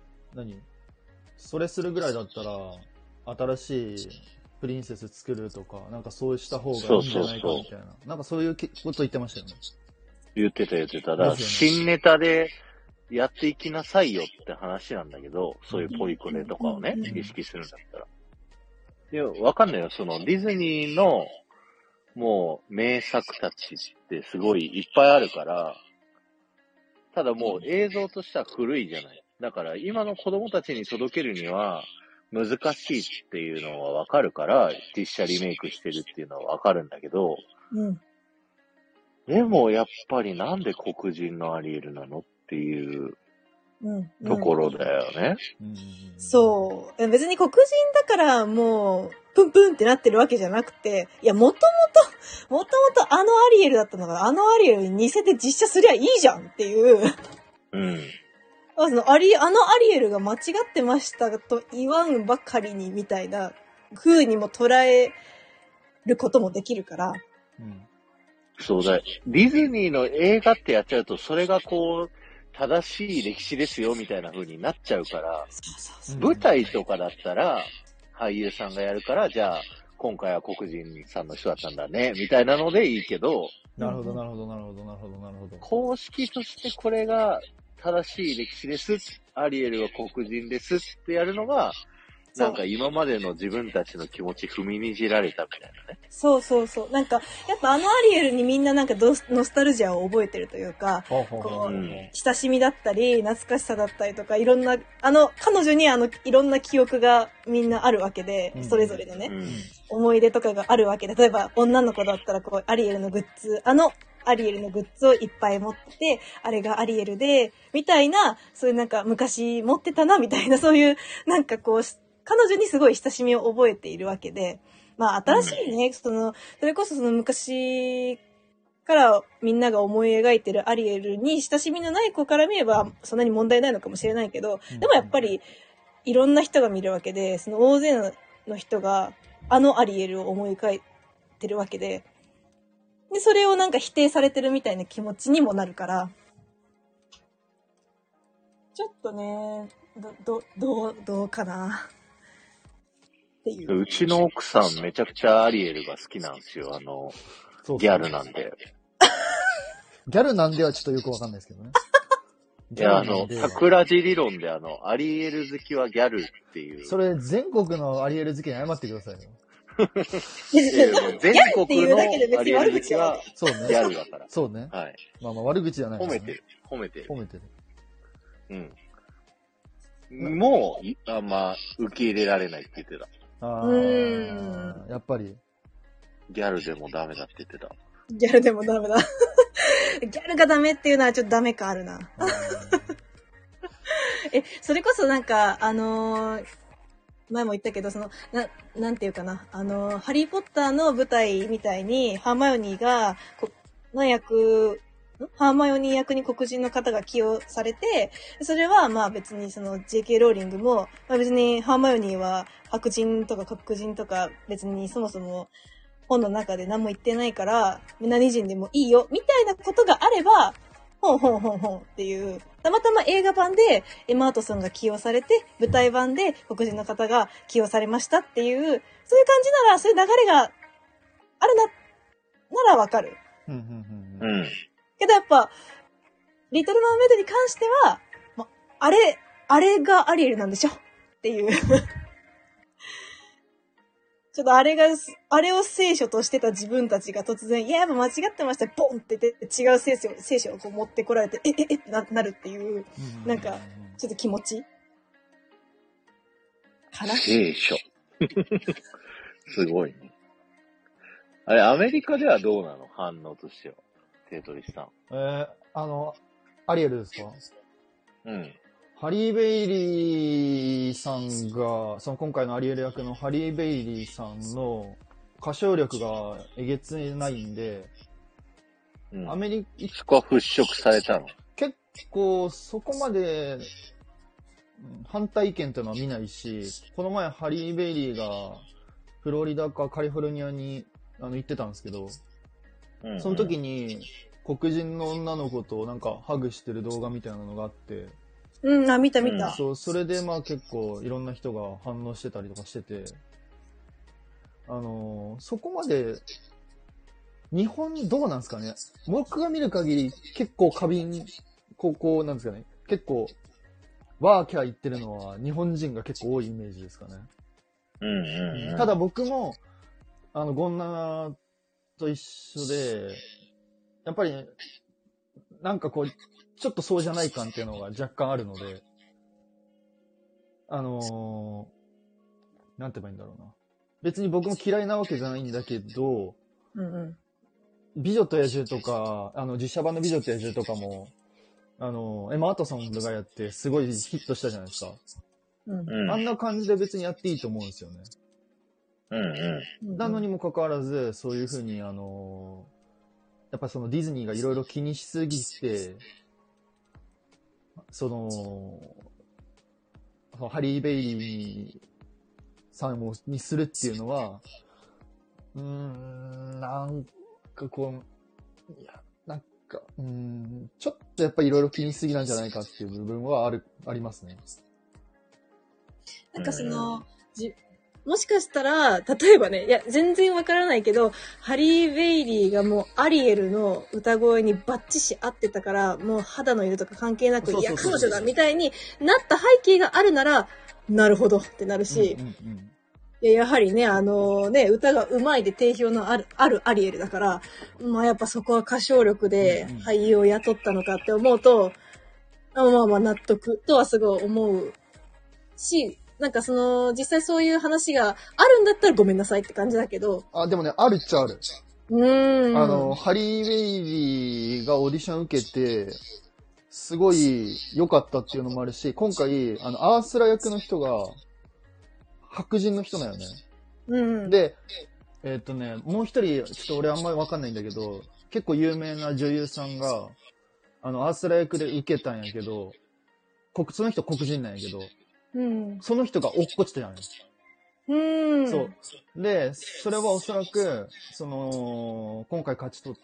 それするぐらいだったら、新しいプリンセス作るとか、なんかそうした方がいいんじゃないかみたいな。なんかそういうこと言ってましたよね。 言ってた。だから新ネタでやっていきなさいよって話なんだけど、そういうポリコレとかをね、意識するんだったら。いや、わかんないよ。ディズニーの、もう名作たちってすごいいっぱいあるから、ただもう映像としては古いじゃない。だから今の子供たちに届けるには難しいっていうのはわかるから、実写リメイクしてるっていうのはわかるんだけど、でもやっぱりなんで黒人のアリエルなのっていうところだよね。 そう。別に黒人だからもう、プンプンってなってるわけじゃなくて、いや、もともとあのアリエルだったのが、あのアリエルに似せて実写すりゃいいじゃんっていう。あのアリエルが間違ってましたと言わんばかりにみたいな風にも捉えることもできるから。 そうだ。ディズニーの映画ってやっちゃうと、それがこう、 正しい歴史ですよみたいな風になっちゃうから、舞台とかだったら俳優さんがやるから、じゃあ今回は黒人さんの人だったんだね、みたいなのでいいけど、 なるほど、なるほど、なるほど、なるほど、なるほど。 公式としてこれが正しい歴史です。アリエルは黒人ですってやるのが、なんか今までの自分たちの気持ち踏みにじられたみたいなね。 そうそうそう。なんか、やっぱあのアリエルにみんななんかノスタルジアを覚えてるというか、こう、親しみだったり、懐かしさだったりとか、いろんな、彼女にいろんな記憶がみんなあるわけで、それぞれのね、思い出とかがあるわけで、例えば女の子だったらこう、アリエルのグッズ、アリエルのグッズをいっぱい持ってて、あれがアリエルで、みたいな、そういうなんか昔持ってたな、みたいな、そういう、なんかこう、彼女にすごい親しみを覚えているわけで、まあ新しいね、それこそその昔からみんなが思い描いてるアリエルに親しみのない子から見ればそんなに問題ないのかもしれないけど、でもやっぱりいろんな人が見るわけで、その大勢の人がアリエルを思い描いてるわけで、で、それをなんか否定されてるみたいな気持ちにもなるから、ちょっとね、どうかな。 うちの奥さんめちゃくちゃアリエルが好きなんですよ。ギャルなんで。 ギャルなんではちょっとよくわかんないですけどね。 いや、桜地理論でアリエル好きはギャルっていう。 それ全国のアリエル好きに謝ってくださいよ。 全国のアリエル好きはギャルだから。 そうね。 はい。 まあ悪口じゃない、 ね。褒めてる。 うん。 もう、あんま受け入れられないって言ってた。 やっぱり。 ギャルでもダメだって言ってた。 ギャルでもダメだ。ギャルがダメっていうのはちょっとダメかあるな。それこそなんか、前も言ったけど、なんていうかな、ハリーポッターの舞台みたいに、ハーマイオニーが、ハーマイオニー役に黒人の方が起用されて、それはまあ別にJK ローリングも、まあ別にハーマイオニーは白人とか黒人とか別にそもそも本の中で何も言ってないから、何人でもいいよ、みたいなことがあれば、ほんっていう、たまたま映画版でエマ・ワトソンが起用されて、舞台版で黒人の方が起用されましたっていう、そういう感じなら、そういう流れがあるならわかる。けどやっぱ、リトルマーメイドに関しては、あれがアリエルなんでしょっていう。ちょっとあれを聖書としてた自分たちが突然、いや、やっぱ間違ってました、ボンって言って違う聖書をこう持ってこられて、ってなるっていう、なんか、ちょっと気持ちかな。 聖書。すごいね。あれ、アメリカではどうなの？反応としては。テトリスさん。 アリエルですか？ うん。 ハリー・ベイリーさんが、今回のアリエル役のハリー・ベイリーさんの歌唱力がえげつないんで、 アメリカ、そこは払拭されたの？ 結構、そこまで、反対意見というのは見ないし、この前ハリー・ベイリーがフロリダかカリフォルニアに行ってたんですけど、その時に黒人の女の子となんかハグしてる動画みたいなのがあって、 見た。 そう、それでまあ結構いろんな人が反応してたりとかしてて、そこまで、日本どうなんですかね？僕が見る限り結構過敏、なんですかね？結構、ワーキャー言ってるのは日本人が結構多いイメージですかね。ただ僕も、ゴンナと一緒で、やっぱり、ね、なんかこう、ちょっとそうじゃない感っていうのが若干あるので、なんて言えばいいんだろうな。別に僕も嫌いなわけじゃないんだけど、美女と野獣とか、実写版の美女と野獣とかも、エマ・ワトソンがやってすごいヒットしたじゃないですか。あんな感じで別にやっていいと思うんですよね。なのにもかかわらず、そういうふうに、やっぱそのディズニーがいろいろ気にしすぎて、ハリー・ベイリーさんにするっていうのは、なんかこう、いや、 か、ちょっとやっぱりいろいろ気にしすぎなんじゃないかっていう部分はありますね。 なんかもしかしたら、例えばね、いや、全然わからないけど、ハリー・ベイリーがもうアリエルの歌声にバッチシ合ってたから、もう肌の色とか関係なく、いや、彼女だみたいになった背景があるなら、なるほどってなるし、やはりね、歌が上手いで定評のあるアリエルだから、まあやっぱそこは歌唱力で俳優を雇ったのかって思うと、まあ納得とはすごい思うし、なんか実際そういう話があるんだったらごめんなさいって感じだけど。 でもね、あるっちゃある。ハリー・ベイリーがオーディション受けて、すごい良かったっていうのもあるし、今回、アースラ役の人が、白人の人だよね。で、もう一人、ちょっと俺あんまりわかんないんだけど、結構有名な女優さんが、アースラ役で受けたんやけど、その人黒人なんやけど、その人が落っこちてたんよ。そう。で、それはおそらく、今回勝ち取った、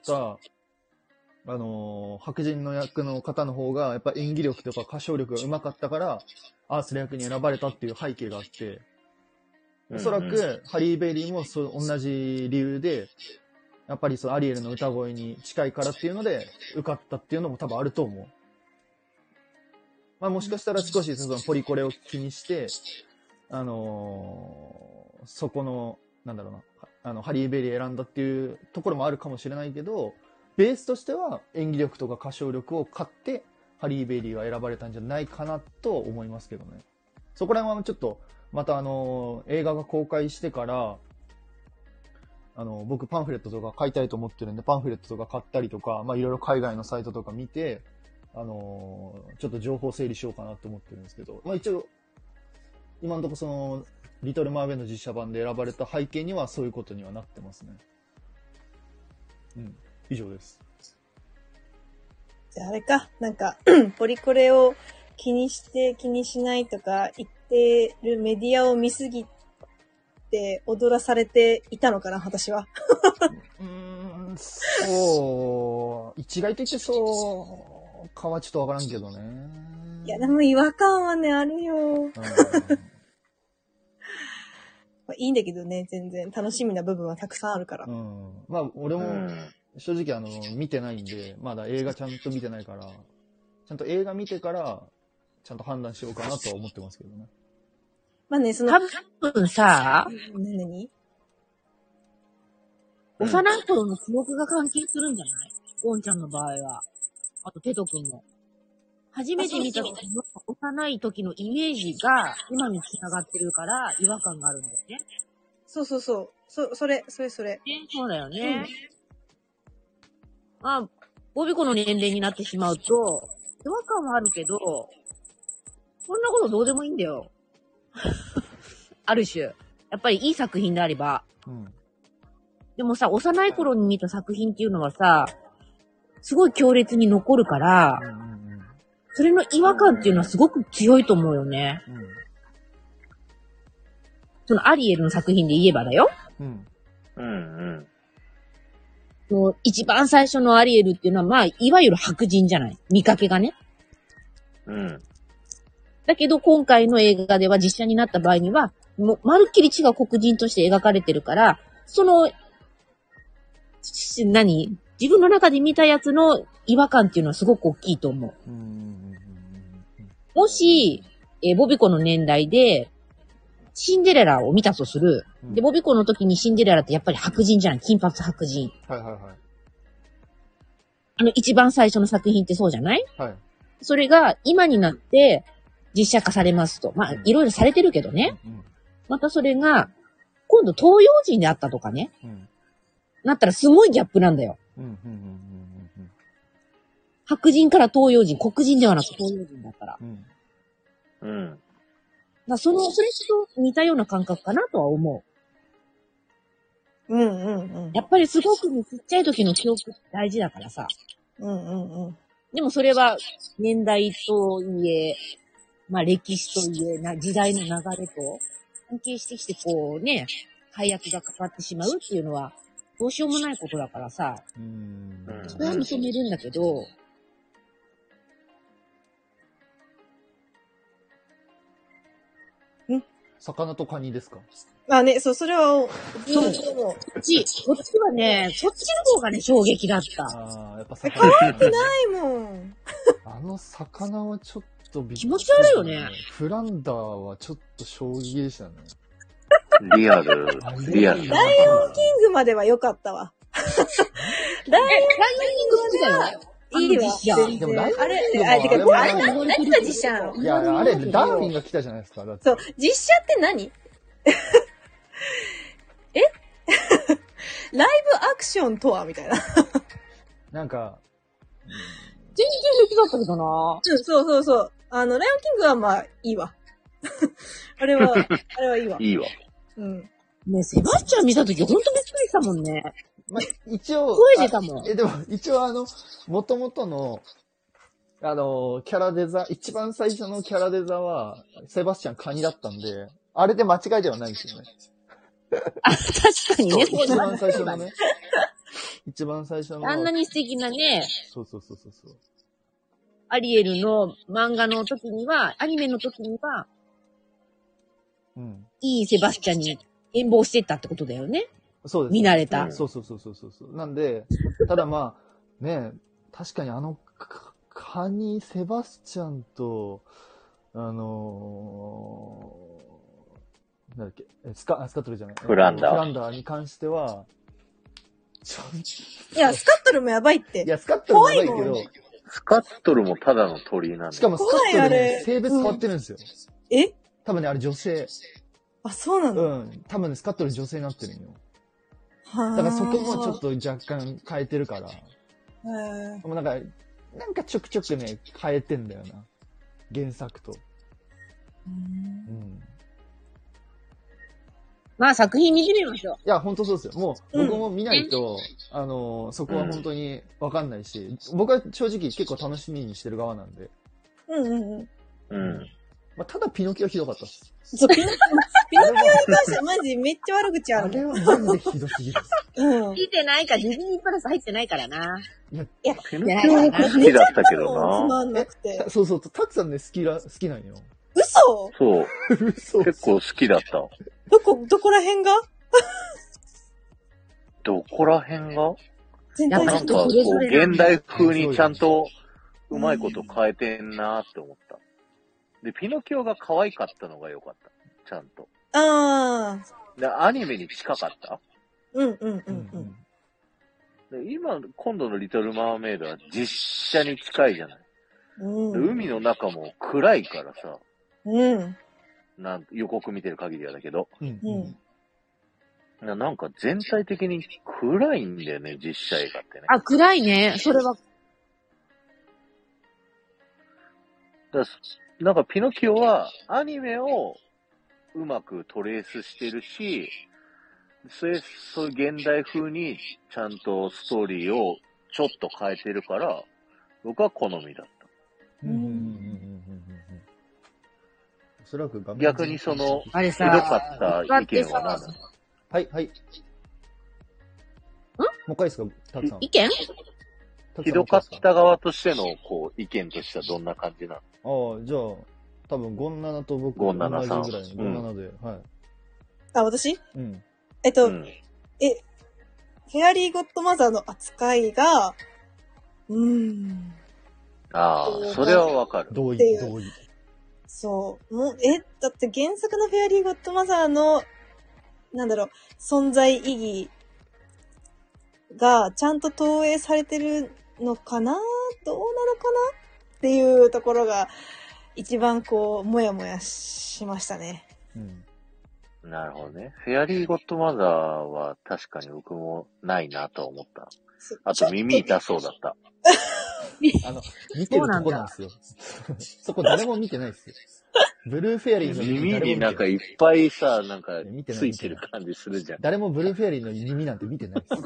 白人の役の方の方が、やっぱ演技力とか歌唱力が上手かったから、アースラ役に選ばれたっていう背景があって、おそらく、ハリー・ベイリーも同じ理由で、やっぱりアリエルの歌声に近いからっていうので、受かったっていうのも多分あると思う。まあもしかしたら少しポリコレを気にして、そこの、なんだろうな、ハリー・ベイリー選んだっていうところもあるかもしれないけど、ベースとしては演技力とか歌唱力を買って、ハリー・ベイリーは選ばれたんじゃないかなと思いますけどね。そこら辺はちょっと、また映画が公開してから、僕パンフレットとか買いたいと思ってるんで、パンフレットとか買ったりとか、まあいろいろ海外のサイトとか見て、ちょっと情報整理しようかなと思ってるんですけど、まあ一応、今のところリトル・マーメイの実写版で選ばれた背景にはそういうことにはなってますね。以上です。 じゃああれか、なんか、ポリコレを気にしないとか言ってるメディアを見すぎて踊らされていたのかな、私は。 そう、一概と言ってそうかはちょっとわからんけどね。 いや、でも違和感はね、あるよ。いいんだけどね、全然。楽しみな部分はたくさんあるから。 まあ、俺も、正直見てないんで、まだ映画ちゃんと見てないから、ちゃんと映画見てから、ちゃんと判断しようかなとは思ってますけどね。 まあね、多分さ、 何幼い頃の記憶が関係するんじゃない？ゴンちゃんの場合は。あと、テト君も。初めて見た時の幼い時のイメージが今に繋がってるから違和感があるんだよね。 そう。それ。 そうだよね。まあ、ボビコの年齢になってしまうと、違和感はあるけど、そんなことどうでもいいんだよ。ある種。やっぱりいい作品であれば。でもさ、幼い頃に見た作品っていうのはさ、すごい強烈に残るから、それの違和感っていうのはすごく強いと思うよね。そのアリエルの作品で言えばだよ。もう一番最初のアリエルっていうのは、まあ、いわゆる白人じゃない。見かけがね。だけど今回の映画では実写になった場合には、もうまるっきり違う黒人として描かれてるから、自分の中で見たやつの違和感っていうのはすごく大きいと思う。もし、ボビコの年代で、シンデレラを見たとする。で、ボビコの時にシンデレラってやっぱり白人じゃない。金髪白人。一番最初の作品ってそうじゃない？それが今になって実写化されますと。まあ、いろいろされてるけどね。またそれが、今度東洋人であったとかね。なったらすごいギャップなんだよ。白人から東洋人、黒人ではなく東洋人だったら。それと似たような感覚かなとは思う。やっぱりすごくちっちゃい時の記憶大事だからさ。でもそれは年代といえ、まあ歴史といえ、時代の流れと関係してきてこうね、配役がかかってしまうっていうのは、 どうしようもないことだからさ、それは認めるんだけど、 魚とカニですか？ あ、ね、そう、それは、 そう、こっちはね、そっちの方がね、衝撃だった。 ああ、やっぱ魚。可愛くないもん。 あの魚はちょっとびっくり気持ち悪いよね。 フランダーはちょっと衝撃でしたね。 リアル。 ライオンキングまでは良かったわ。 ライオンキング好きだよ。 いいわ。 でもライオンキングもあれ、何が実写なの？ いや、あれ、ダーウィンが来たじゃないですか。だってそう、実写って何ライブアクションとはみたいな。 なんか、 全然平気だったけどな。 そう。ライオンキングはまあ、いいわ。あれはいいわ。 いいわ。 うん。 ね、セバスチャン見たときほんとびっくりしたもんね。 まあ、一応、 声出たもん。 でも、一応元々の、キャラデザ、一番最初のキャラデザは、セバスチャンカニだったんで、あれで間違いではないんですよね。 あ、確かにね。 一番最初のね。一番最初の。 あんなに素敵なね。 そう。 アリエルの漫画の時には、アニメの時には、いいセバスチャンに変貌してったってことだよね。 そうです。 見慣れた。 そう。なんで、ただまあ、ね、確かにカニ、セバスチャンと、なんだっけ、スカトルじゃない。 フランダーに関しては、 いや、スカットルもやばいって。 いや、スカットルもやばいけど、 スカットルもただの鳥なんで。 しかもスカットルね、性別変わってるんですよ。多分ね、あれ女性。 あ、そうなの？ 多分ね、スカットル女性になってるんよ。だからそこもちょっと若干変えてるから。もうなんかちょくちょくね、変えてんだよな。原作と。 まあ作品見てみましょう。 いや、ほんとそうですよ。もう、僕も見ないと、そこは本当にわかんないし、僕は正直結構楽しみにしてる側なんで。まあ、ただピノキオひどかったっす。 そう、ピノキオに関してはマジめっちゃ悪口ある。 あれはマジでひどすぎる。 見てないから、ディズニープラス入ってないからな。 いや、ピノキオも好きだったけどな。 つまんなくて。 そう、タクさんね、好きなんよ。 嘘？ そう。結構好きだった。 どこら辺が？ どこら辺が？ なんかこう、現代風にちゃんとうまいこと変えてんなーって思った。で、ピノキオが可愛かったのが良かった。ちゃんと。で、アニメに近かった。で今度のリトルマーメイドは実写に近いじゃない。海の中も暗いからさ。予告見てる限りはだけど。なんか全体的に暗いんだよね、実写映画ってね。 あ、暗いね。それは。 なんかピノキオはアニメをうまくトレースしてるし、そういう現代風にちゃんとストーリーをちょっと変えてるから、僕は好みだった。 おそらく逆にその、 あれさ、 ひどかった意見は何だ？ はい。もう一回ですか、タクさん。 意見？ ひどかった側としての、こう、意見としてはどんな感じなの？じゃあ、多分、ゴンナナと僕、 ゴンナナさん同じぐらいの、ゴンナナで、はい。 あ、私？フェアリーゴッドマザーの扱いが、 それはわかる。 同意。 そう。だって原作のフェアリーゴッドマザーの、存在意義がちゃんと投影されてるのかな？どうなのかなっていうところが一番もやもやしましたね。 なるほどね。フェアリーゴッドマザーは確かに僕もないなと思った。あと耳痛そうだった。 見てるとこなんですよ。そこ誰も見てないですよ。ブルーフェアリーの耳になんかいっぱいさ、なんかついてる感じするじゃん。 誰もブルーフェアリーの耳なんて見てないです。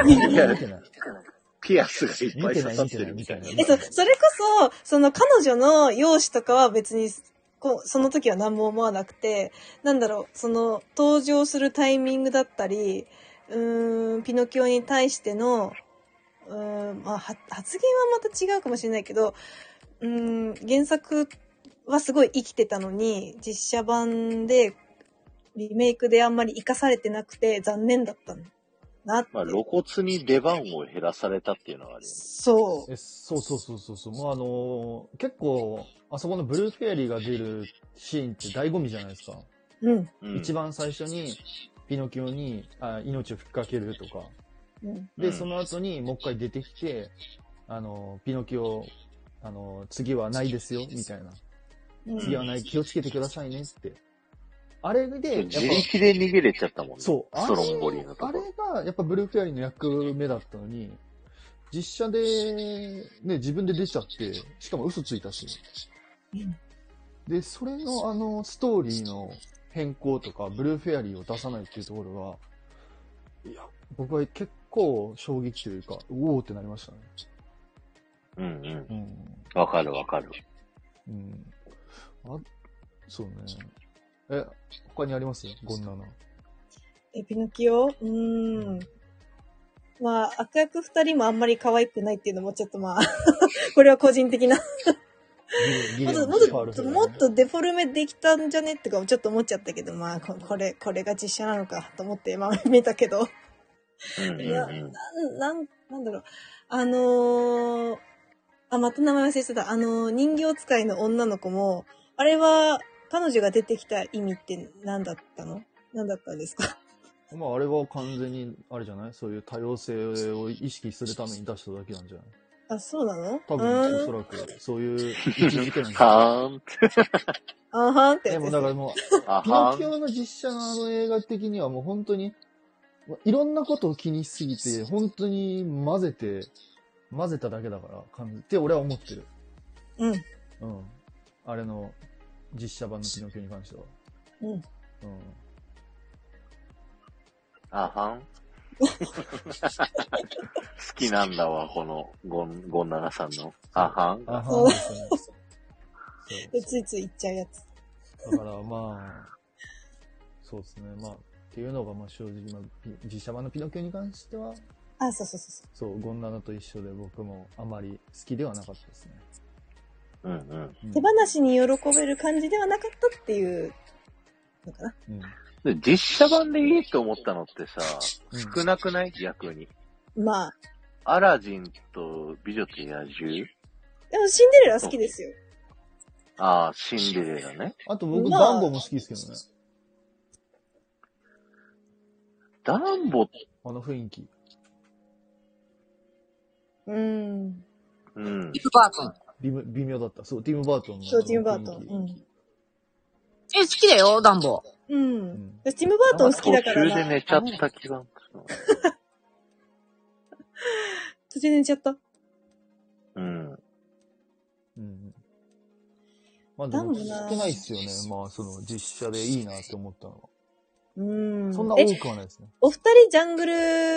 見てない。 ピアスがいっぱい刺さってるみたいな。 それこそ、彼女の容姿とかは別に、その時は何も思わなくて、登場するタイミングだったり、 ピノキオに対しての、まあ、発言はまた違うかもしれないけど、原作はすごい生きてたのに、実写版で、リメイクであんまり活かされてなくて残念だったなって。 まあ、露骨に出番を減らされたっていうのがあるよね。 そう。 そう。もう結構、あそこのブルーフェアリーが出るシーンって醍醐味じゃないですか。 うん。 一番最初に、ピノキオに命を吹きかけるとか。で、その後にもう一回出てきて、ピノキオ、次はないですよ、みたいな。次はない、気をつけてくださいねって。あれで、 自力で逃げれちゃったもんね。 そう。 ストロンボリーのところ。 あれが、やっぱブルーフェアリーの役目だったのに、実写で、ね、自分で出ちゃって、しかも嘘ついたし。で、それのストーリーの変更とか、ブルーフェアリーを出さないっていうところが、いや、僕は結構衝撃というか、おーってなりましたね。 わかる。 そうね。他にありますゴンナナ。 ピノキオまあ、悪役二人もあんまり可愛くないっていうのもちょっとまあ、これは個人的な。もっとデフォルメできたんじゃねってか、ちょっと思っちゃったけど、まあ、これが実写なのかと思って、まあ、見たけど。なんだろう。また名前忘れてた。人形使いの女の子も、あれは、彼女が出てきた意味って何だったんですか？ まあ、あれは完全に、あれじゃない？そういう多様性を意識するために出しただけなんじゃない？ あ、そうなの？ 多分、おそらく、そういう位置づけなんじゃない？ はーんって。 あはんってやつです。でもだからもう、ピノキオの実写の映画的にはもう本当に、いろんなことを気にしすぎて、本当に混ぜただけだから、って俺は思ってる。あれの、実写版のピノキオに関しては。 あはん好きなんだわ、このゴンナナさんの。あはんそうですね。ついつい言っちゃうやつ。 だからまあ、そうですね。まあ、っていうのがまあ正直、実写版のピノキオに関しては、そう、ゴンナナと一緒で僕もあまり好きではなかったですね。 手放しに喜べる感じではなかったっていうのかな。 で実写版でいいと思ったのってさ、少なくない？逆に。 まあ。アラジンと美女と野獣？ でもシンデレラ好きですよ。 ああ、シンデレラね。 あと僕、ダンボも好きですけどね。 ダンボあの雰囲気。 ティム・バートン。 微妙だった。そう、ティム・バートンの。 そう、ティム・バートン。 好きだよ、ダンボ。 ティム・バートン好きだからな。 途中で寝ちゃった気がする。 途中で寝ちゃった。 まあでも少ないっすよね。まあその実写でいいなって思ったのは。そんな多くはないですね。 お二人ジャングル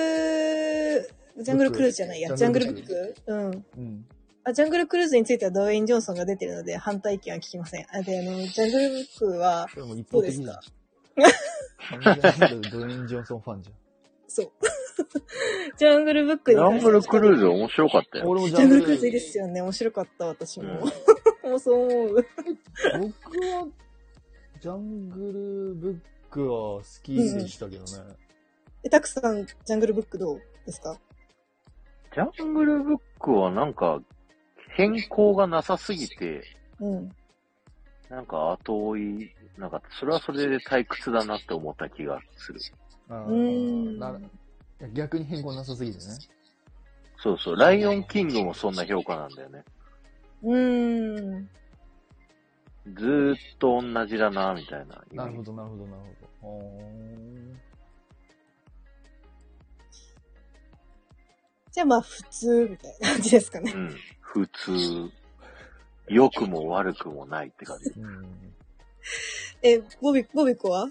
クルーズじゃないや。ジャングルブック？ジャングルクルーズについてはドウェイン・ジョンソンが出てるので反対意見は聞きません。で、ジャングルブックは、どうですか？ 完全にドウェイン・ジョンソンファンじゃん。 そう。ジャングルブックに。 ジャングルクルーズ面白かったよ。 俺もジャングルクルーズいいですよね。面白かった、私も。もうそう思う。 僕は、ジャングルブックは好きでしたけどね。 たくさん、ジャングルブックどうですか？ ジャングルブックはなんか、変更がなさすぎて、なんか後追い、なんか、それはそれで退屈だなって思った気がする。 逆に変更なさすぎてね。 そうそう、ライオンキングもそんな評価なんだよね。ずーっと同じだな、みたいな。 なるほど。 じゃあまあ普通みたいな感じですかね。 普通。良くも悪くもないって感じ。 ボビコは？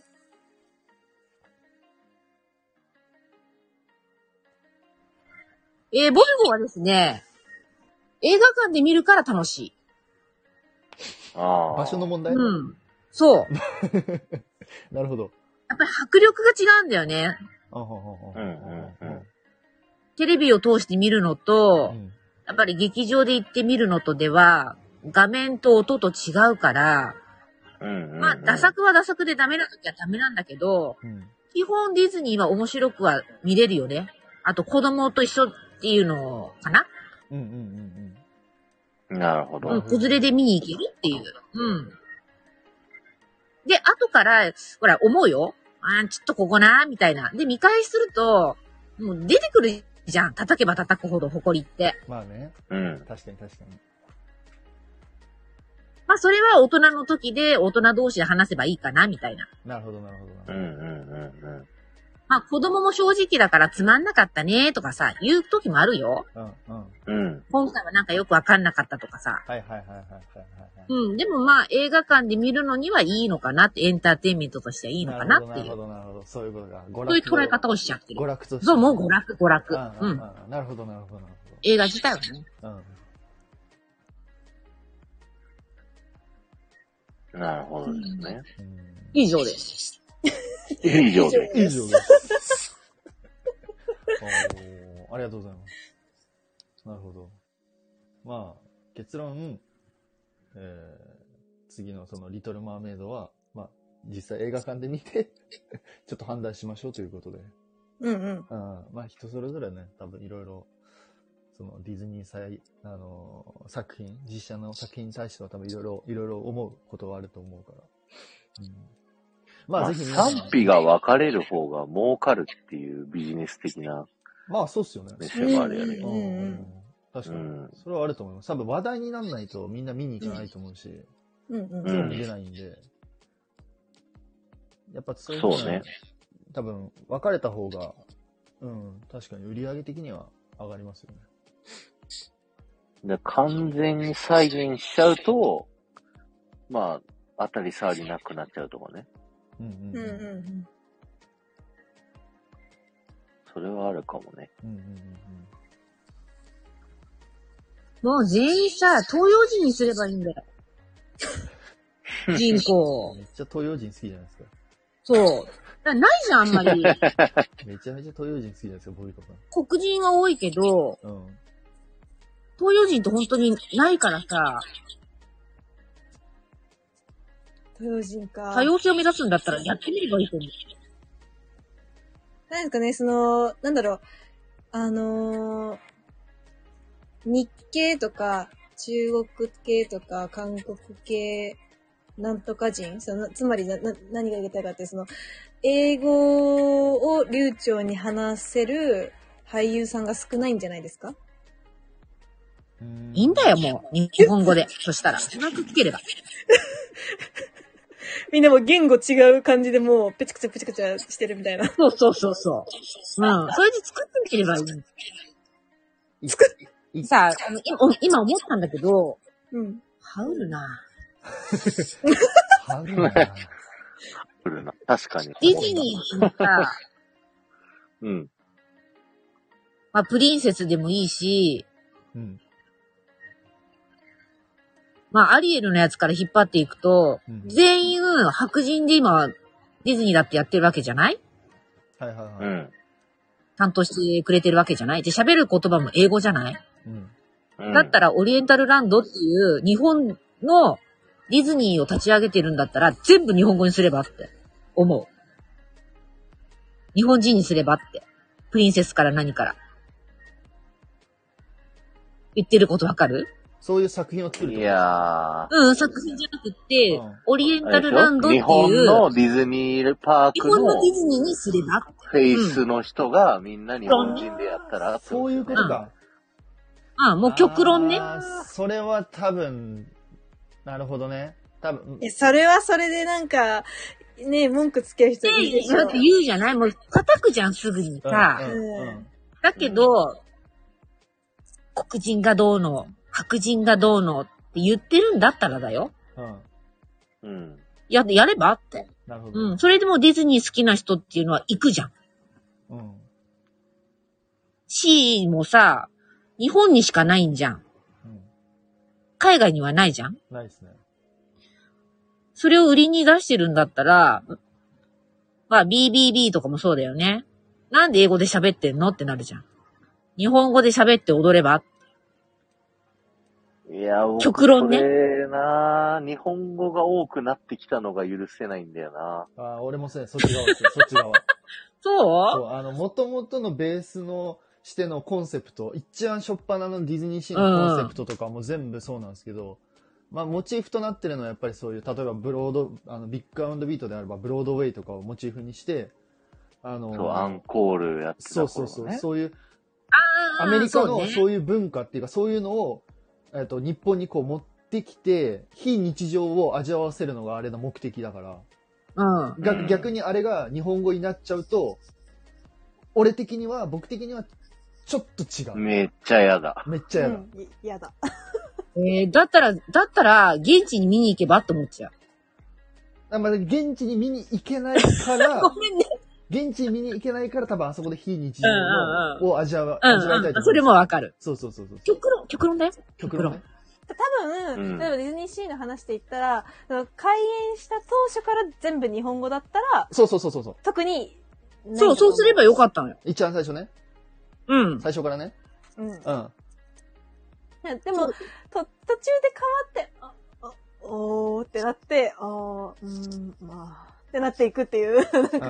ボビコはですね、映画館で見るから楽しい。 場所の問題？ そう。 なるほど。 やっぱり迫力が違うんだよね。 テレビを通して見るのと、やっぱり劇場で行って見るのとでは、画面と音と違うから、まあ、ダ作はダ作でダメな時はダメなんだけど、基本ディズニーは面白くは見れるよね。あと子供と一緒っていうのかな。 なるほど。 子連れで見に行けるっていう。で、後から、ほら、思うよ。ちょっとここな、みたいな。で、見返しすると、もう出てくるじゃん。叩けば叩くほど埃って。 まあね。確かに。 まあ、それは大人の時で大人同士で話せばいいかな、みたいな。 なるほど。 まあ、子供も正直だからつまんなかったね、とかさ、言う時もあるよ。今回はなんかよくわかんなかったとかさ。でもまあ、映画館で見るのにはいいのかなって、エンターテインメントとしてはいいのかなっていう。 なるほど。そういうことか。 そういう捉え方をしちゃってる。 娯楽として。 そう、もう娯楽。 なるほど。 映画自体はね。 なるほどですね。 以上です。 以上です。 ありがとうございます。なるほど。まあ、結論、次のそのリトルマーメイドは、まあ、実際映画館で見て、ちょっと判断しましょうということで。まあ、人それぞれね、多分いろいろ、そのディズニー作品、実写の作品に対しては多分いろいろ思うことがあると思うから。 まあ、ぜひ賛否が分かれる方が儲かるっていうビジネス的な。 まあ、そうっすよね。 目線もあるよね。 確かに。それはあると思います。多分話題にならないとみんな見に行かないと思うし、興味出ないんで。やっぱそういうふうな、多分分かれた方が、確かに売り上げ的には上がりますよね。 で完全に再現しちゃうと、まあ、当たり障りなくなっちゃうとかね。それはあるかもね。 もう全員さ、東洋人にすればいいんだよ。人口。 めっちゃ東洋人好きじゃないですか。 そう。ないじゃん、あんまり。 めちゃめちゃ東洋人好きじゃないですか、ボビーとか。 黒人が多いけど、東洋人って本当にないからさ。 東洋人か。 多様性を目指すんだったらやってみればいいと思う。 なんですかね、なんだろう、日系とか、中国系とか、韓国系、なんとか人、つまり何が言いたいかって、英語を流暢に話せる俳優さんが少ないんじゃないですか？ いいんだよ、もう。日本語で。そしたら。うまく聞ければ。 みんなも言語違う感じでもう、ペチクチャしてるみたいな。 そう。それで作ってみればいい。さあ、今思ったんだけど、羽織るな。 羽織るな。 確かに。 ディズニーのさ、まあ、プリンセスでもいいし、まあ、アリエルのやつから引っ張っていくと、全員白人で今、ディズニーだってやってるわけじゃない？担当してくれてるわけじゃない？で、喋る言葉も英語じゃない？だったら、オリエンタルランドっていう日本のディズニーを立ち上げてるんだったら、全部日本語にすればって思う。日本人にすればって。プリンセスから何から。言ってることわかる？ そういう作品を作る。 いやー。作品じゃなくて、オリエンタルランドっていう。 日本のディズニーパークの。 日本のディズニーにすれば。 フェイスの人がみんな日本人でやったら。 そういうことか。 もう極論ね。 それは多分、なるほどね。多分。 それはそれでなんか、ね、文句つける人いるでしょ。 だって言うじゃない？もう叩くじゃん、すぐにさ。だけど、黒人がどうの、白人がどうのって言ってるんだったらだよ。やればって。 なるほど。 それでもディズニー好きな人っていうのは行くじゃん。シーもさ、日本にしかないんじゃん。海外にはないじゃん。 ないですね。 それを売りに出してるんだったら、まあ BBB とかもそうだよね。 なんで英語で喋ってんのってなるじゃん。日本語で喋って踊れば？ いや、 極論ね。 これな、日本語が多くなってきたのが許せないんだよな。 あ、俺もそっち側ですよ、そっち側。 そうそう、元々のベースのしてのコンセプト、一番初っ端のディズニーシーのコンセプトとかも全部そうなんですけど、まあ、モチーフとなってるのはやっぱりそういう、例えばビッグ&ビートであればブロードウェイとかをモチーフにして、 そう、アンコールやってた頃、ね。 そういう、アメリカのそういう文化っていうか、そういうのを、日本にこう持ってきて、非日常を味わわせるのがあれの目的だから、逆にあれが日本語になっちゃうと、僕的にはちょっと違う。 めっちゃ嫌だ。 めっちゃ嫌だ。 嫌だ。 だったら、現地に見に行けばって思っちゃう。 まあ、現地に見に行けないから、 ごめんね。 現地に見に行けないから多分あそこで非日常のを味わいたいと思う。 それもわかる。 そう。 極論だよ。 極論ね。 多分、例えばディズニーシーの話で言ったら、開園した当初から全部日本語だったら、 そう。 特に、 そうすればよかったのよ。 一番最初ね。 うん。 最初からね。 うん。 でも、 途中で変わって、おーってなって、まあ、ってなっていくっていう。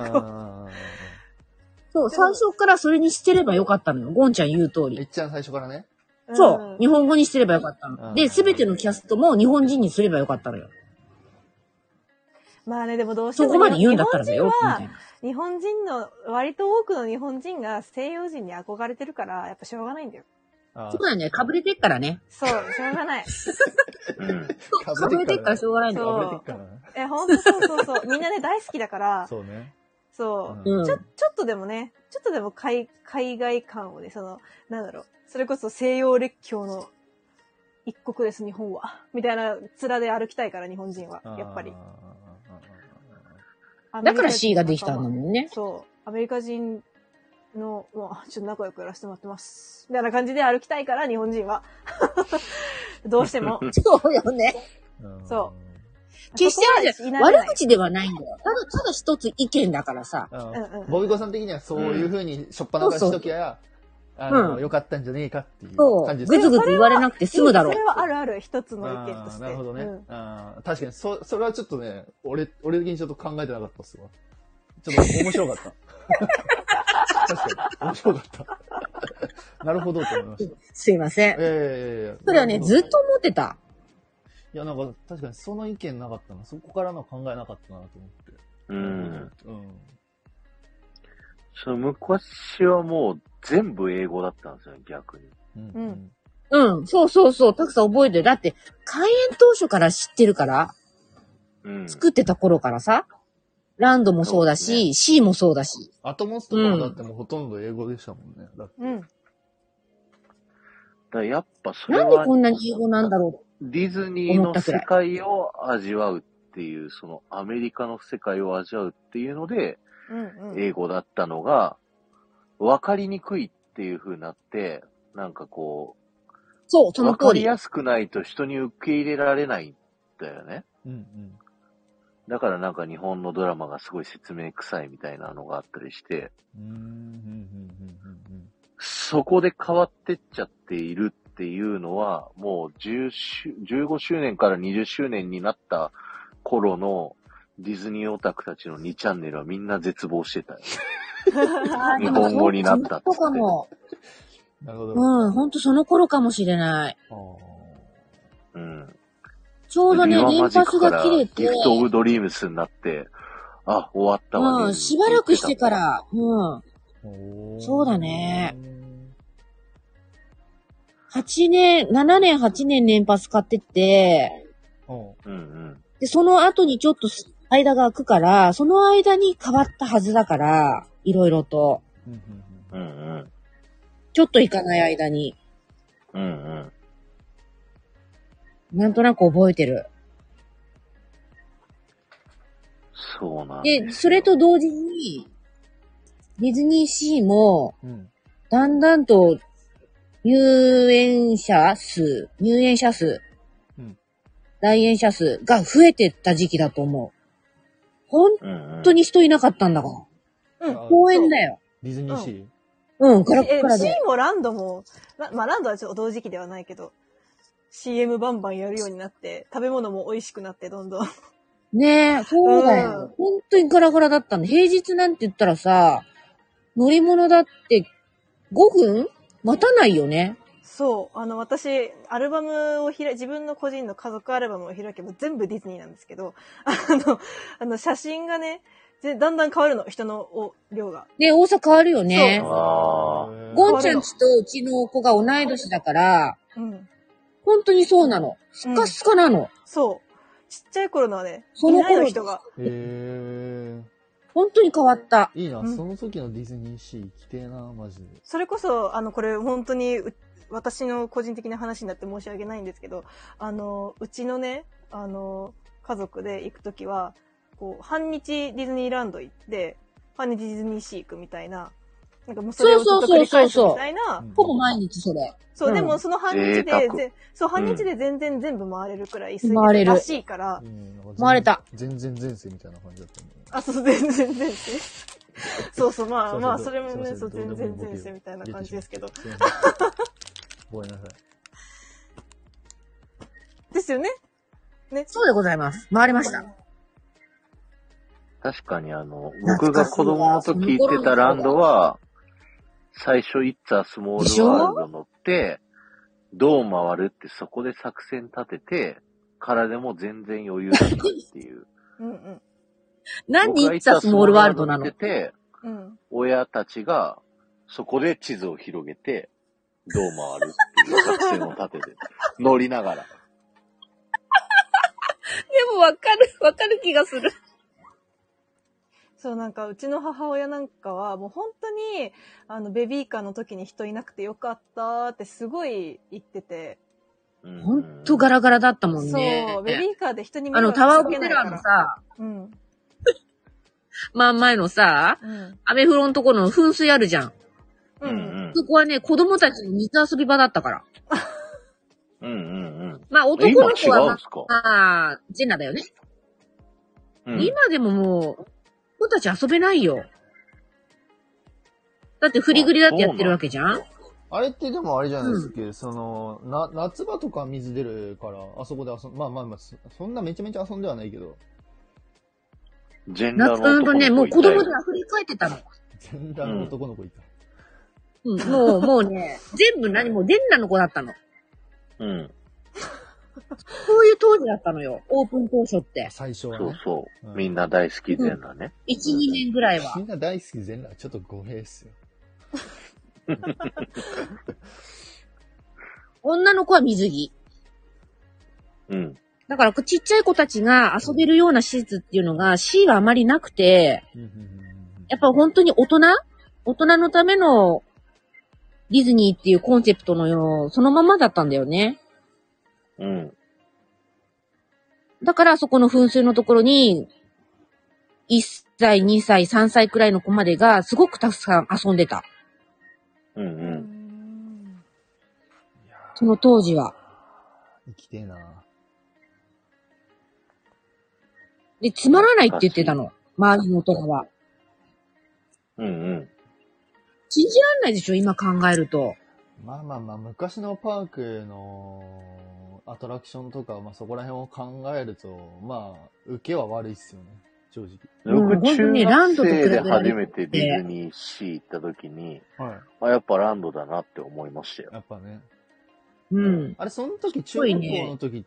そう、最初からそれにしてればよかったのよ。ゴンちゃん言う通り。 一番最初からね。 そう。日本語にしてればよかったの。で、すべてのキャストも日本人にすればよかったのよ。 まあね、でもどうしても。 そこまで言うんだったらだよ、みたいな。 日本人の、割と多くの日本人が西洋人に憧れてるから、やっぱしょうがないんだよ。 そうだよね。かぶれてっからね。 そう、しょうがない。 かぶれてっからしょうがないんだよ。 ほんとそう。みんなね、大好きだから。 そうね。 そう。ちょっとでも海外感をね、なんだろう。それこそ西洋列強の一国です、日本は。みたいな面で歩きたいから、日本人は。やっぱり。 だから C ができたんだもんね。 そう。アメリカ人の、もう、ちょっと仲良くやらせてもらってます。みたいな感じで歩きたいから、日本人は。どうしても。 そうよね。 そう。 決して悪口ではないんだよ。ただ一つ意見だからさ。 ボビコさん的にはそういう風にしょっぱなからしときゃ、よかったんじゃねえかっていう感じですね。 ぐずぐず言われなくて済むだろう。 それはある、一つの意見として。 なるほどね。確かに、それはちょっとね、俺的にちょっと考えてなかったっすわ。ちょっと面白かった。確かに、面白かった。なるほどと思いました。 すいません。それはね、ずっと思ってた。 いや、なんか、確かにその意見なかったな。そこからの考えなかったなと思って。 昔はもう全部英語だったんですよ、逆に。 そう。たくさん覚えてる。だって、開園当初から知ってるから、作ってた頃からさ、ランドもそうだし、C もそうだし。 アトモスとかもだってもうほとんど英語でしたもんね。だって。 やっぱそれは。 なんでこんなに英語なんだろう。 ディズニーの世界を味わうっていう、そのアメリカの世界を味わうっていうので、英語だったのが、分かりにくいっていう風になって、なんかこう、 そう、その通り。 分かりやすくないと人に受け入れられないんだよね。だからなんか日本のドラマがすごい説明臭いみたいなのがあったりして、そこで変わってっちゃっているっていうのは、もう15周年から20周年になった頃のディズニーオタクたちの2チャンネルはみんな絶望してたよ。日本語になったって。 そうかも。 なるほど。 ほんとその頃かもしれない。ちょうどね、連発が切れて。 ギフトオブドリームスになって、あ、終わったわね。 しばらくしてから、そうだね。7年、8年連発買ってって、で、その後にちょっと間が空くから、その間に変わったはずだから、いろいろと。ちょっと行かない間に。なんとなく覚えてる。 そうなんで、それと同時に、ディズニーシーも、だんだんと入園者数、来園者数が増えてった時期だと思う。本当に人いなかったんだから。公園だよ。 ディズニーシー？ うん、ガラッガラで。 シーもランドも、まあランドはちょっと同時期ではないけど、CM バンバンやるようになって、食べ物も美味しくなって、どんどん。 ねえ、そうだよ。本当にガラガラだったの。平日なんて言ったらさ、乗り物だって5分待たないよね。 そう。私、アルバムを自分の個人の家族アルバムを開けば全部ディズニーなんですけど、写真がね、だんだん変わるの、人の量が。 ね、多さ変わるよね。 ゴンちゃんちとうちの子が同い年だから、 うん。 本当にそうなの。スカスカなの。 そう。ちっちゃい頃のはね、 その頃の人が。 本当に変わった。 いいな、その時のディズニーシー行きてえな、マジで。 それこそ、これ本当に、私の個人的な話になって申し訳ないんですけど、うちのね、家族で行くときは、こう、半日ディズニーランド行って、半日ディズニーシー行くみたいな、なんかもうそれをずっと繰り返すみたいな。 ほぼ毎日それ。 そう、でもその半日で、半日で全然全部回れるくらい空いてるらしいから。 回れた。 全然前世みたいな感じだったね。 あ、そう、全然前世。そうそう、まあ、それもね、そう、全然前世みたいな感じですけど。 ごめんなさい。 ですよね。 ね。そうでございます。回りました。 確かに僕が子供の時行ってたランドは、最初、イッツ・ア・スモール・ワールド乗って、どう回るってそこで作戦立てて、からでも全然余裕だったっていう。 うんうん。 何イッツ・ア・スモール・ワールドなの？ 親たちがそこで地図を広げて、どう回るっていう作戦を立てて、乗りながら。でもわかる気がする。 そう、なんか、うちの母親なんかは、もう本当に、ベビーカーの時に人いなくてよかったってすごい言ってて。 ほんとガラガラだったもんね。 そう、ベビーカーで人にタワーオブテラーのさ、 うん。 真ん前のさ、アメフロのところの噴水あるじゃん。 うん。 そこはね、子供たちの水遊び場だったから。まあ、男の子は、まあ、ジェナだよね。今でももう、子たち遊べないよ。だってフリグリだってやってるわけじゃん。 あれってでもあれじゃないですか、夏場とか水出るから、あそこでまあ、そんなめちゃめちゃ遊んではないけど。 全裸の男の子いたよ。 ね、もう子供で溢れ返ってたの。 全裸の男の子いた。 もうね、全部もう全裸の子だったの。そういう当時だったのよ。オープン当初って。 最初はね。 そう。みんな大好き全裸ね。 1、2年ぐらいは。 みんな大好き全裸はちょっと語弊っすよ。 女の子は水着。だから、ちっちゃい子たちが遊べるような施設っていうのが C はあまりなくて、やっぱ本当に大人のためのディズニーっていうコンセプトのそのままだったんだよね。だからそこの噴水のところに、1歳、2歳、3歳くらいの子までがすごくたくさん遊んでた。その当時は。 生きてえな。 で、つまらないって言ってたの。周りの大人は。信じらんないでしょ、今考えると。 まあ、昔のパークのアトラクションとか、そこら辺を考えると、受けは悪いっすよね、正直。 僕、中学生で初めてディズニーシー行った時に、やっぱランドだなって思いましたよ。 やっぱね。 あれ、その時、中学校の時って、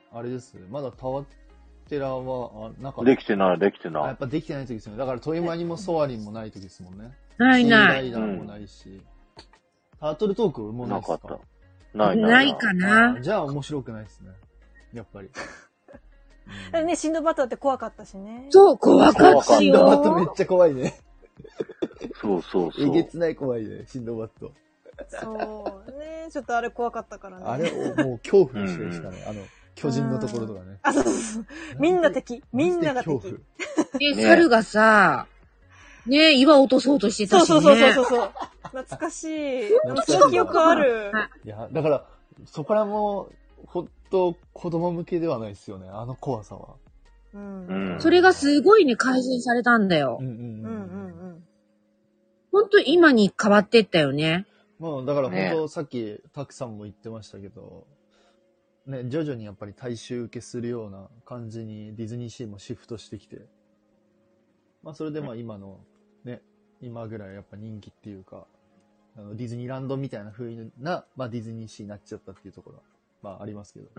あれです。まだタワテラは、 できてない。 やっぱできてない時ですよね。だから、トイマニもソアリンもない時ですもんね。 ない。 ライダーもないし。タートルトークもないっすか？ ないかな。 じゃあ面白くないですね。やっぱり。 ね、シンドバッドって怖かったしね。 そう、怖かったよ。 シンドバッドめっちゃ怖いね。 そう。 えげつない怖いね、シンドバッド。 そうね、ちょっとあれ怖かったからね。 あれもう恐怖でしたね。巨人のところとかね。 そう。みんな敵。みんなが敵。 猿がさ、ね、岩落とそうとしてたしね。 そう。懐かしい。その記憶ある。 いや、だから、そこらも、ほんと子供向けではないですよね、あの怖さは。 それがすごいね、改善されたんだよ。 ほんと今に変わってったよね。 まあ、だから本当、さっき、たくさんも言ってましたけど、ね、徐々にやっぱり大衆受けするような感じにディズニーシーもシフトしてきて、まあそれでまあ今の、ね、今ぐらいやっぱ人気っていうか、ディズニーランドみたいな風な、まあディズニーシーになっちゃったっていうところは、まあありますけど。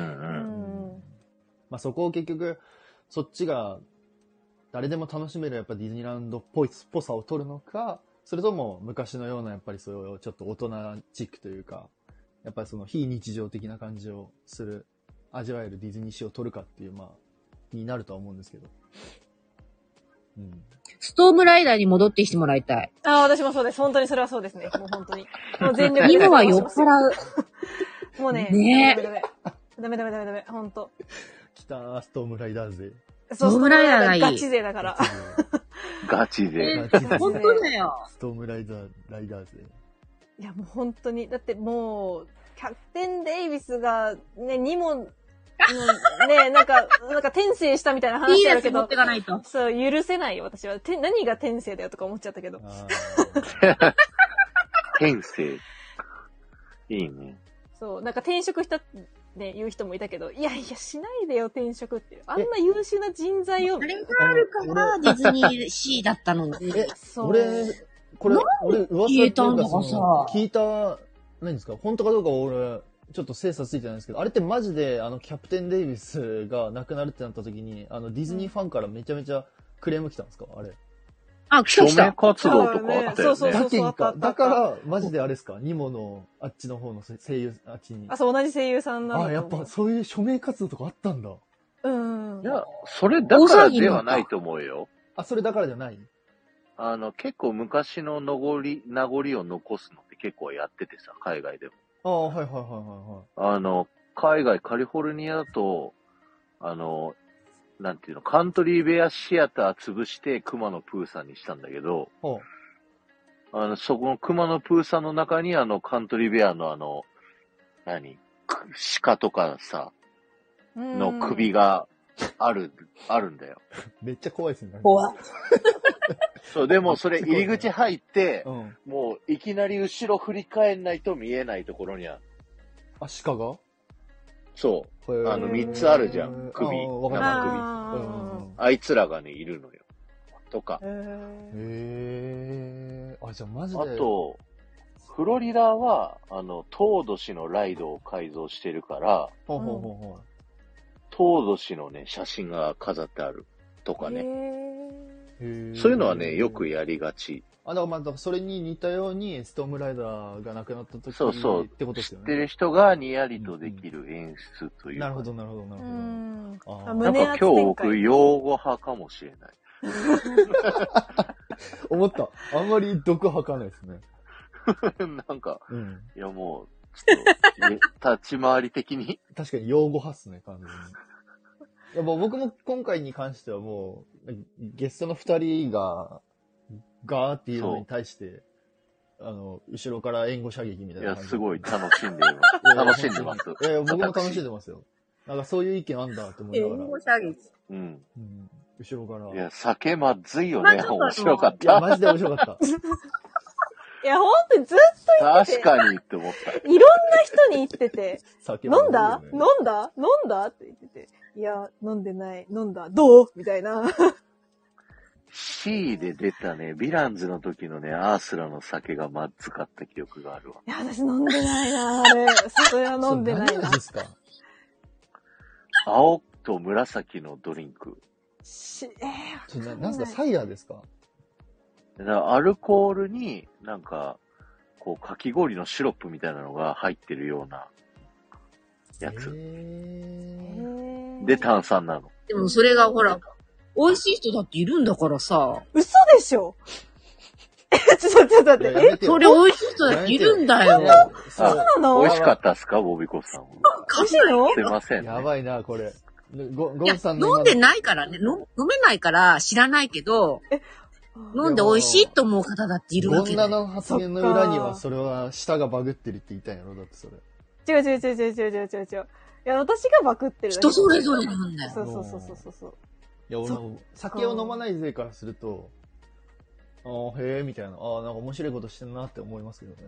まあそこを結局、そっちが誰でも楽しめるやっぱディズニーランドっぽさを取るのか、それとも昔のようなやっぱりそういうちょっと大人チックというか、やっぱりその非日常的な感じをする、味わえるディズニーシーを取るかっていう、まあ、になるとは思うんですけど。 うん。ストームライダーに戻ってきてもらいたい。 ああ、私もそうです。本当にそれはそうですね。もう本当に。もう全力で。 今は酔っ払う。もうね。 ねダメ。本当。 来たストームライダー勢。 ストームライダーがいい。 ガチ勢だから。 ガチ勢。 本当だよ。 ストームライダー勢。 いや、もう本当に。だってもう、キャプテン・デイビスが、ね、にも、ね、なんか転生したみたいな話あるけど。 いいやつ持ってかないと。 そう、許せないよ、私は。何が転生だよとか思っちゃったけど。 転生。いいね。 そう、なんか転職したね、言う人もいたけど、いやいや、しないでよ、転職って。あんな優秀な人材を。 あれがあるから、ディズニーシーだったのに。 そう。俺、噂っていうか聞いた、何ですか本当かどうか俺、ちょっと精査ついてないんですけど、あれってマジで、キャプテン・デイビスが亡くなるってなった時に、ディズニーファンからめちゃめちゃクレーム来たんですかあれ。 あ、来た。 署名活動とかあったよね。 そうだから、マジであれですかニモの、あっちの方の声優、あっちに。 あ、そう、同じ声優さんなんだ。 あ、やっぱそういう署名活動とかあったんだ。 うん。 いや、それだからではないと思うよ。 あ、それだからじゃない結構昔の名残を残すのって結構やっててさ、海外でも。 ああ、はい。 海外、カリフォルニアだと、なんていうの、カントリーベアシアター潰して熊野プーさんにしたんだけど、そこの熊野プーさんの中にカントリーベアの鹿とかさ、の首があるんだよ。 めっちゃ怖いですね。 怖い。 そう、でもそれ入り口入って、もういきなり後ろ振り返んないと見えないところにある。 あ、鹿がそう。3つあるじゃん。生首。あいつらがね、いるのよ。とか。 あ、じゃあマジで。 あと、フロリダは、トード氏のライドを改造してるから、トード氏のね、写真が飾ってある。とかね。そういうのはね、よくやりがち。 だからまあ、それに似たように、ストームライダーが亡くなった時そうそうってことですよね。 知ってる人がにやりとできる演出というか。 なるほど。なんか今日僕、用語派かもしれない。 思った。あんまり毒吐かないですね。 なんか、いやもう、ちょっと、立ち回り的に。 確かに用語派っすね、完全に。いや僕も今回に関してはもう、ゲストの2人が、ガーっていうのに対して、後ろから援護射撃みたいな感じ。 いや、すごい楽しんでます。楽しんでます。 いや、僕も楽しんでますよ。なんかそういう意見あんだって思いながら。 援護射撃。 後ろから。 いや、酒まずいよね。面白かった。 いや、マジで面白かった。 いや、ほんとにずっと言ってて。 確かにって思った。 いろんな人に言ってて。飲んだって言ってて。いや、飲んでない。飲んだ。どうみたいな。 C で出たね、ヴィランズの時のね、アースラの酒がまずかった記憶があるわ。 いや、私飲んでないな、あれ。それは飲んでないな。 何ですか？ 青と紫のドリンク。 なんすか、サイダーですか？ アルコールになんか、こう、かき氷のシロップみたいなのが入ってるようなやつ。で、炭酸なの。 でもそれがほら、美味しい人だっているんだからさ。 嘘でしょちょっと待って。 それ美味しい人だっているんだよ。 そうなの？ 美味しかったっすかボビコさん。 美味しいの？ すいません、ね。 やばいな、これ。ゴンさん飲んでないからね。飲めないから知らないけど、飲んで美味しいと思う方だっているわけだよ。 ゴンナの発言の裏には、それは舌がバグってるって言いたいんやろだってそれ。 違う。いや、私がバグってるだけ。 人それぞれなんだよ。 そう。 いや、俺も酒を飲まない勢からすると、 へえ、みたいな。なんか面白いことしてんなって思いますけどね。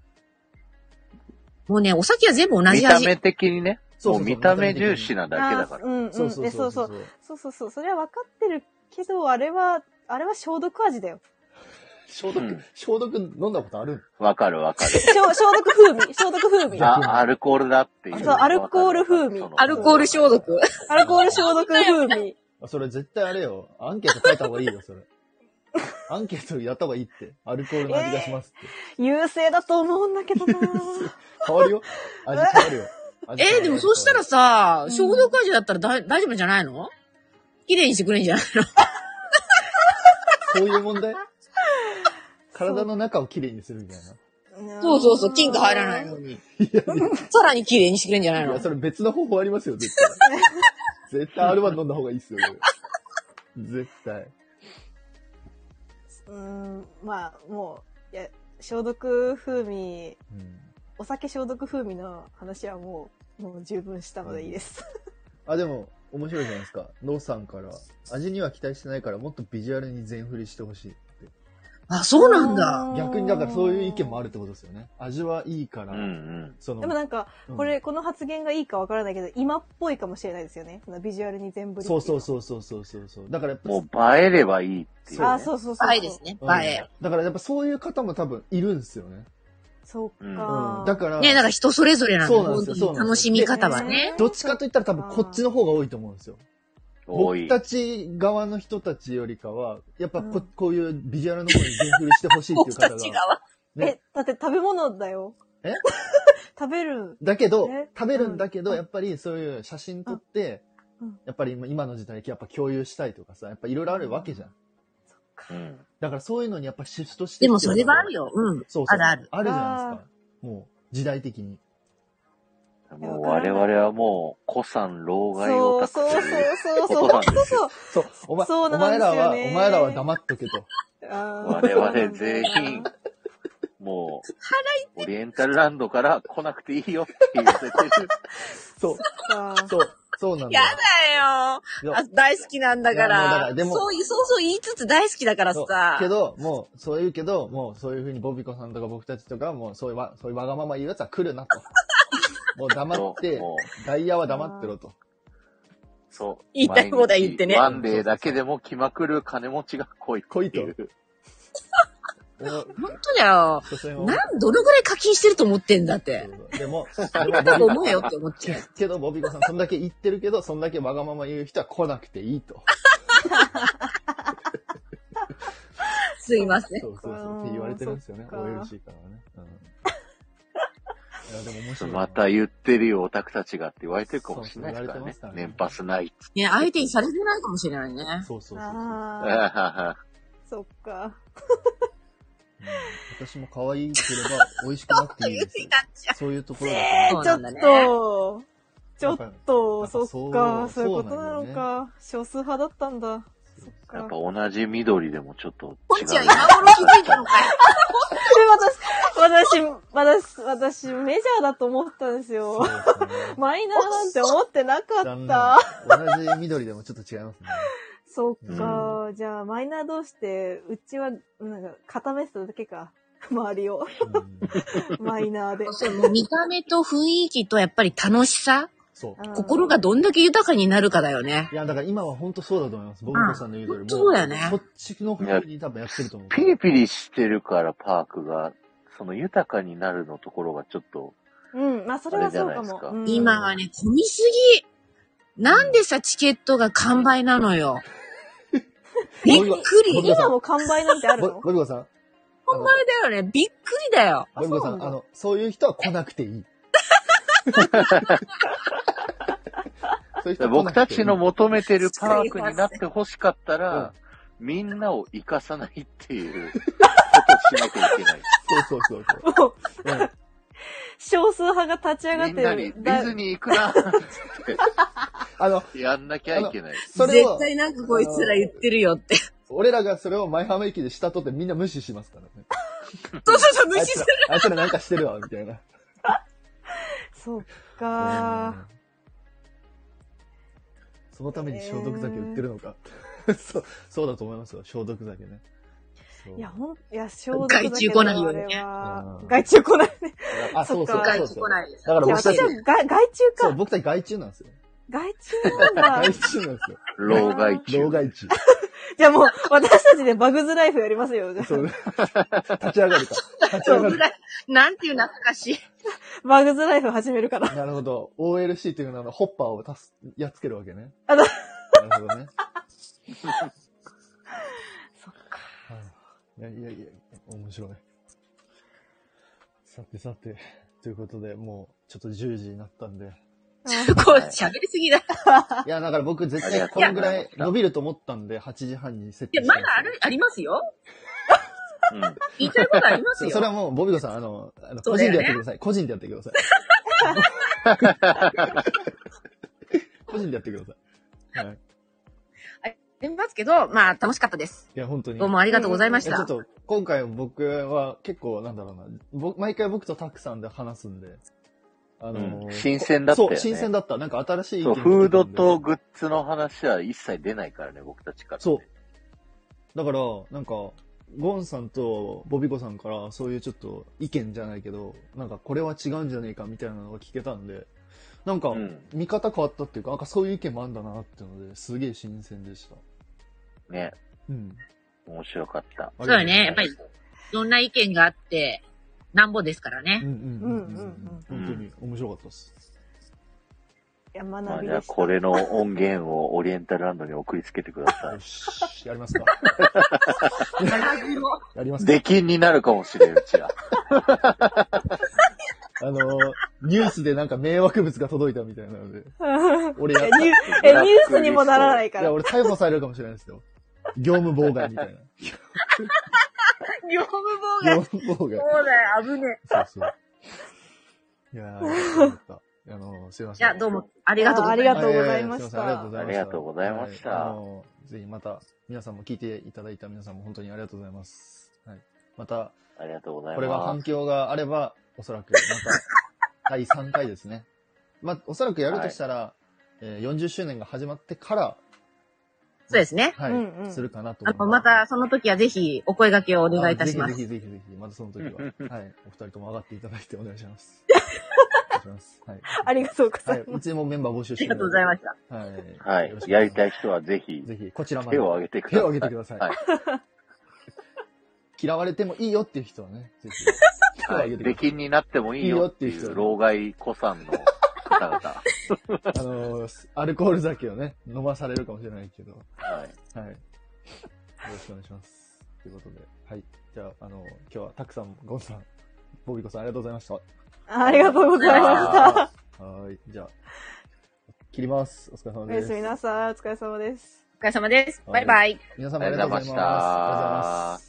もうね、お酒は全部同じ味。 見た目的にね。もう見た目重視なだけだから。 そうそうそう。それは分かってるけど、あれは消毒味だよ。 消毒飲んだことある？ わかる。 消毒風味。 アルコールだっていう。 そう、アルコール風味。 アルコール消毒。 アルコール消毒風味。 それ絶対あれよ。アンケート書いた方がいいよ、それ。アンケートやった方がいいって。アルコールの味がしますって。 優勢だと思うんだけどな変わるよ。味変わるよ。 でもそうしたらさ、消毒味だったら大丈夫じゃないの？綺麗にしてくれんじゃないの？ そういう問題？体の中を綺麗にするみたいな。 そう。菌が入らないのに。さらに綺麗にしてくれんじゃないの？ いや、それ別の方法ありますよ、絶対。絶対 R1 飲んだ方がいいっすよ、絶対。 まあ、もう、消毒風味、お酒消毒風味の話はもう十分したのでいいです。 でも、面白いじゃないですか。ノーさんから、味には期待してないから、もっとビジュアルに全振りしてほしいって。 そうなんだ。 逆にだからそういう意見もあるってことですよね。味はいいから。でもなんか、この発言がいいかわからないけど、今っぽいかもしれないですよね。そのビジュアルに全振り。 そう。だからやっぱ。 もう映えればいいっていう、ね。 そう。 映えですね。映え。 だからやっぱそういう方も多分いるんですよね。 そうか。 だから。 ね、だから人それぞれなんだ。 そうなんですよ。 楽しみ方はね。 どっちかといったら多分こっちの方が多いと思うんですよ。僕たち側の人たちよりかは、やっぱこういうビジュアルの方に全振りしてほしいっていう方が。僕たち側。 だって食べ物だよ。食べる。 だけど、食べるんだけど、やっぱりそういう写真撮って、やっぱり今の時代やっぱ共有したいとかさ、やっぱいろいろあるわけじゃん。 そっか。 だからそういうのにやっぱシフトして。 でもそれはあるよ。 そう。 ある。 あるじゃないですか。もう、時代的に。 もう我々はもう、古参老害オタクということなんですよ。 そう。お前らは黙っとけと。 我々全員、もう、オリエンタルランドから来なくていいよって言われてる。そうなんだよ。 やだよ。大好きなんだから。そう言いつつ大好きだからさ。 けど、もう、そういう風にボビコさんとか僕たちとか、もうそういうわがまま言うやつは来るなと。もう黙って、ダイヤは黙ってろと。 そう。 言いたい放題言ってね。 ワンデーだけでも来まくる金持ちが来いと。 本当だよ。どのぐらい課金してると思ってんだって。 でも、 思えよって思っちゃう。 けど、ボビコさん、そんだけ言ってるけど、そんだけわがまま言う人は来なくていいと。 すいません。 そうって言われてるんですよね。OLC からね。いやでも面白い。 また言ってるよ、オタクたちがって言われてるかもしれないですからね。年パスない。 ね、相手にされてないかもしれないね。 そう。 そっか。 私も可愛ければ美味しくなくていいです。そういうところだと。 ちょっと、そっか、そういうことなのか。少数派だったんだ。 やっぱ同じ緑でもちょっと違う。 こっちは今頃気づいたのかよ。 私、メジャーだと思ったんですよ。マイナーなんて思ってなかった。 同じ緑でもちょっと違いますね。 そっか、じゃあ、マイナー同士で、うちは、なんか、固めてただけか。周りを。マイナーで。 見た目と雰囲気とやっぱり楽しさ。心がどんだけ豊かになるかだよね。 いや、だから今は本当そうだと思います。ボブコさんの言う通り。 そうだよね。 そっちの方に多分やってると思う。 ピリピリしてるからパークが、その豊かになるのところがちょっと。 まあそれはそうかも。 今はね、混みすぎ。なんでさ、チケットが完売なのよ。びっくり。 今も完売なんてあるの？ ボビコさん。 完売だよね。びっくりだよ。 ボビコさん、そういう人は来なくていい。 僕たちの求めてるパークになって欲しかったら、みんなを生かさないっていうことをしなきゃいけない。 そう。 少数派が立ち上がってる。 みんなにディズニー行くなってやんなきゃいけない。 絶対なんかこいつら言ってるよって。 俺らがそれを舞浜駅でしたとってみんな無視しますからね。 そう、無視する。 あいつらなんかしてるわ、みたいな。 そっかそのために消毒酒売ってるのか。そうだと思いますよ、消毒酒ね。 いや、消毒だけど。 害虫来ないよね。 害虫来ないね。 あ、そうそう。 害虫来ない。 だから僕たち。 害虫か。 そう、僕たち害虫なんですよ。 害虫なんだ。 害虫なんですよ。 老害虫。 老害虫。 じゃあもう、私たちでバグズライフやりますよ、じゃあ。 そう。立ち上がるか。立ち上がる。 なんていう懐かしい。 バグズライフ始めるから。 なるほど。OLC というのはホッパーをやっつけるわけね。なるほどね。 そっか。 いや、面白い。さて、ということで、もう、ちょっと10時になったんで。 こう、喋りすぎだ。 いや、だから僕絶対このぐらい伸びると思ったんで、8時半に設定して。いや、まだありますよ。言いたいことありますよ。 それはもう、ボビコさん、個人でやってください。個人でやってください。個人でやってください。はい。 やりますけど、まあ、楽しかったです。 いや、本当に。 どうもありがとうございました。 ちょっと、今回僕は結構、なんだろうな。毎回僕とタクさんで話すんで。 新鮮だったよね。 そう、新鮮だった。なんか新しい意見。 そう、フードとグッズの話は一切出ないからね、僕たちから。 そう。だから、なんか、ゴンさんとボビコさんからそういうちょっと意見じゃないけど、なんかこれは違うんじゃねえかみたいなのが聞けたんで、なんか見方変わったっていうか、なんかそういう意見もあるんだなっていうので、すげえ新鮮でした。 ね。 うん。 面白かった。 そうだね。やっぱり、いろんな意見があって、なんぼですからね。 本当に面白かったです。 いや、学びでした。 じゃあ、これの音源をオリエンタルランドに送りつけてください。 よし、やりますか。 やりますか。出禁になるかもしれん、うちら。 ニュースでなんか迷惑物が届いたみたいなので。俺ニュースにもならないから。 いや、俺逮捕されるかもしれないですよ。業務妨害みたいな。 業務妨害。 業務妨害。 そうだよ、危ねえ。そう。いやー、よかった。すいません。 いや、どうも、ありがとうございました。 ありがとうございました。 ありがとうございました。 ぜひまた、皆さんも聞いていただいた皆さんも本当にありがとうございます。はい。また、 ありがとうございます。 これが反響があれば、おそらくまた、第3回ですね。まあ、おそらくやるとしたら、40周年が始まってから、 そうですね。 はい。するかなと思います。 また、その時はぜひ、お声掛けをお願いいたします。 ぜひ、またその時は、はい。お二人とも上がっていただいてお願いします。はい。 ありがとうございます。 はい。いつでもメンバー募集してありがとうございました。 はい。はい。やりたい人はぜひ、 こちらまで。 手を挙げてください。 手を挙げてください。はい。嫌われてもいいよっていう人はね、ぜひ。 はい。出禁になってもいいよっていう老害子さんの方々。 アルコール酒をね、飲まされるかもしれないけど。 はい。 はい。よろしくお願いします。ということで、はい。じゃあ、今日はたくさん、ゴンさん、ボビコさんありがとうございました。 ありがとうございました。 はい。じゃあ、切ります。お疲れ様です。 おやすみなさい。お疲れ様です。 お疲れ様です。バイバイ。 皆様ありがとうございます。ありがとうございます。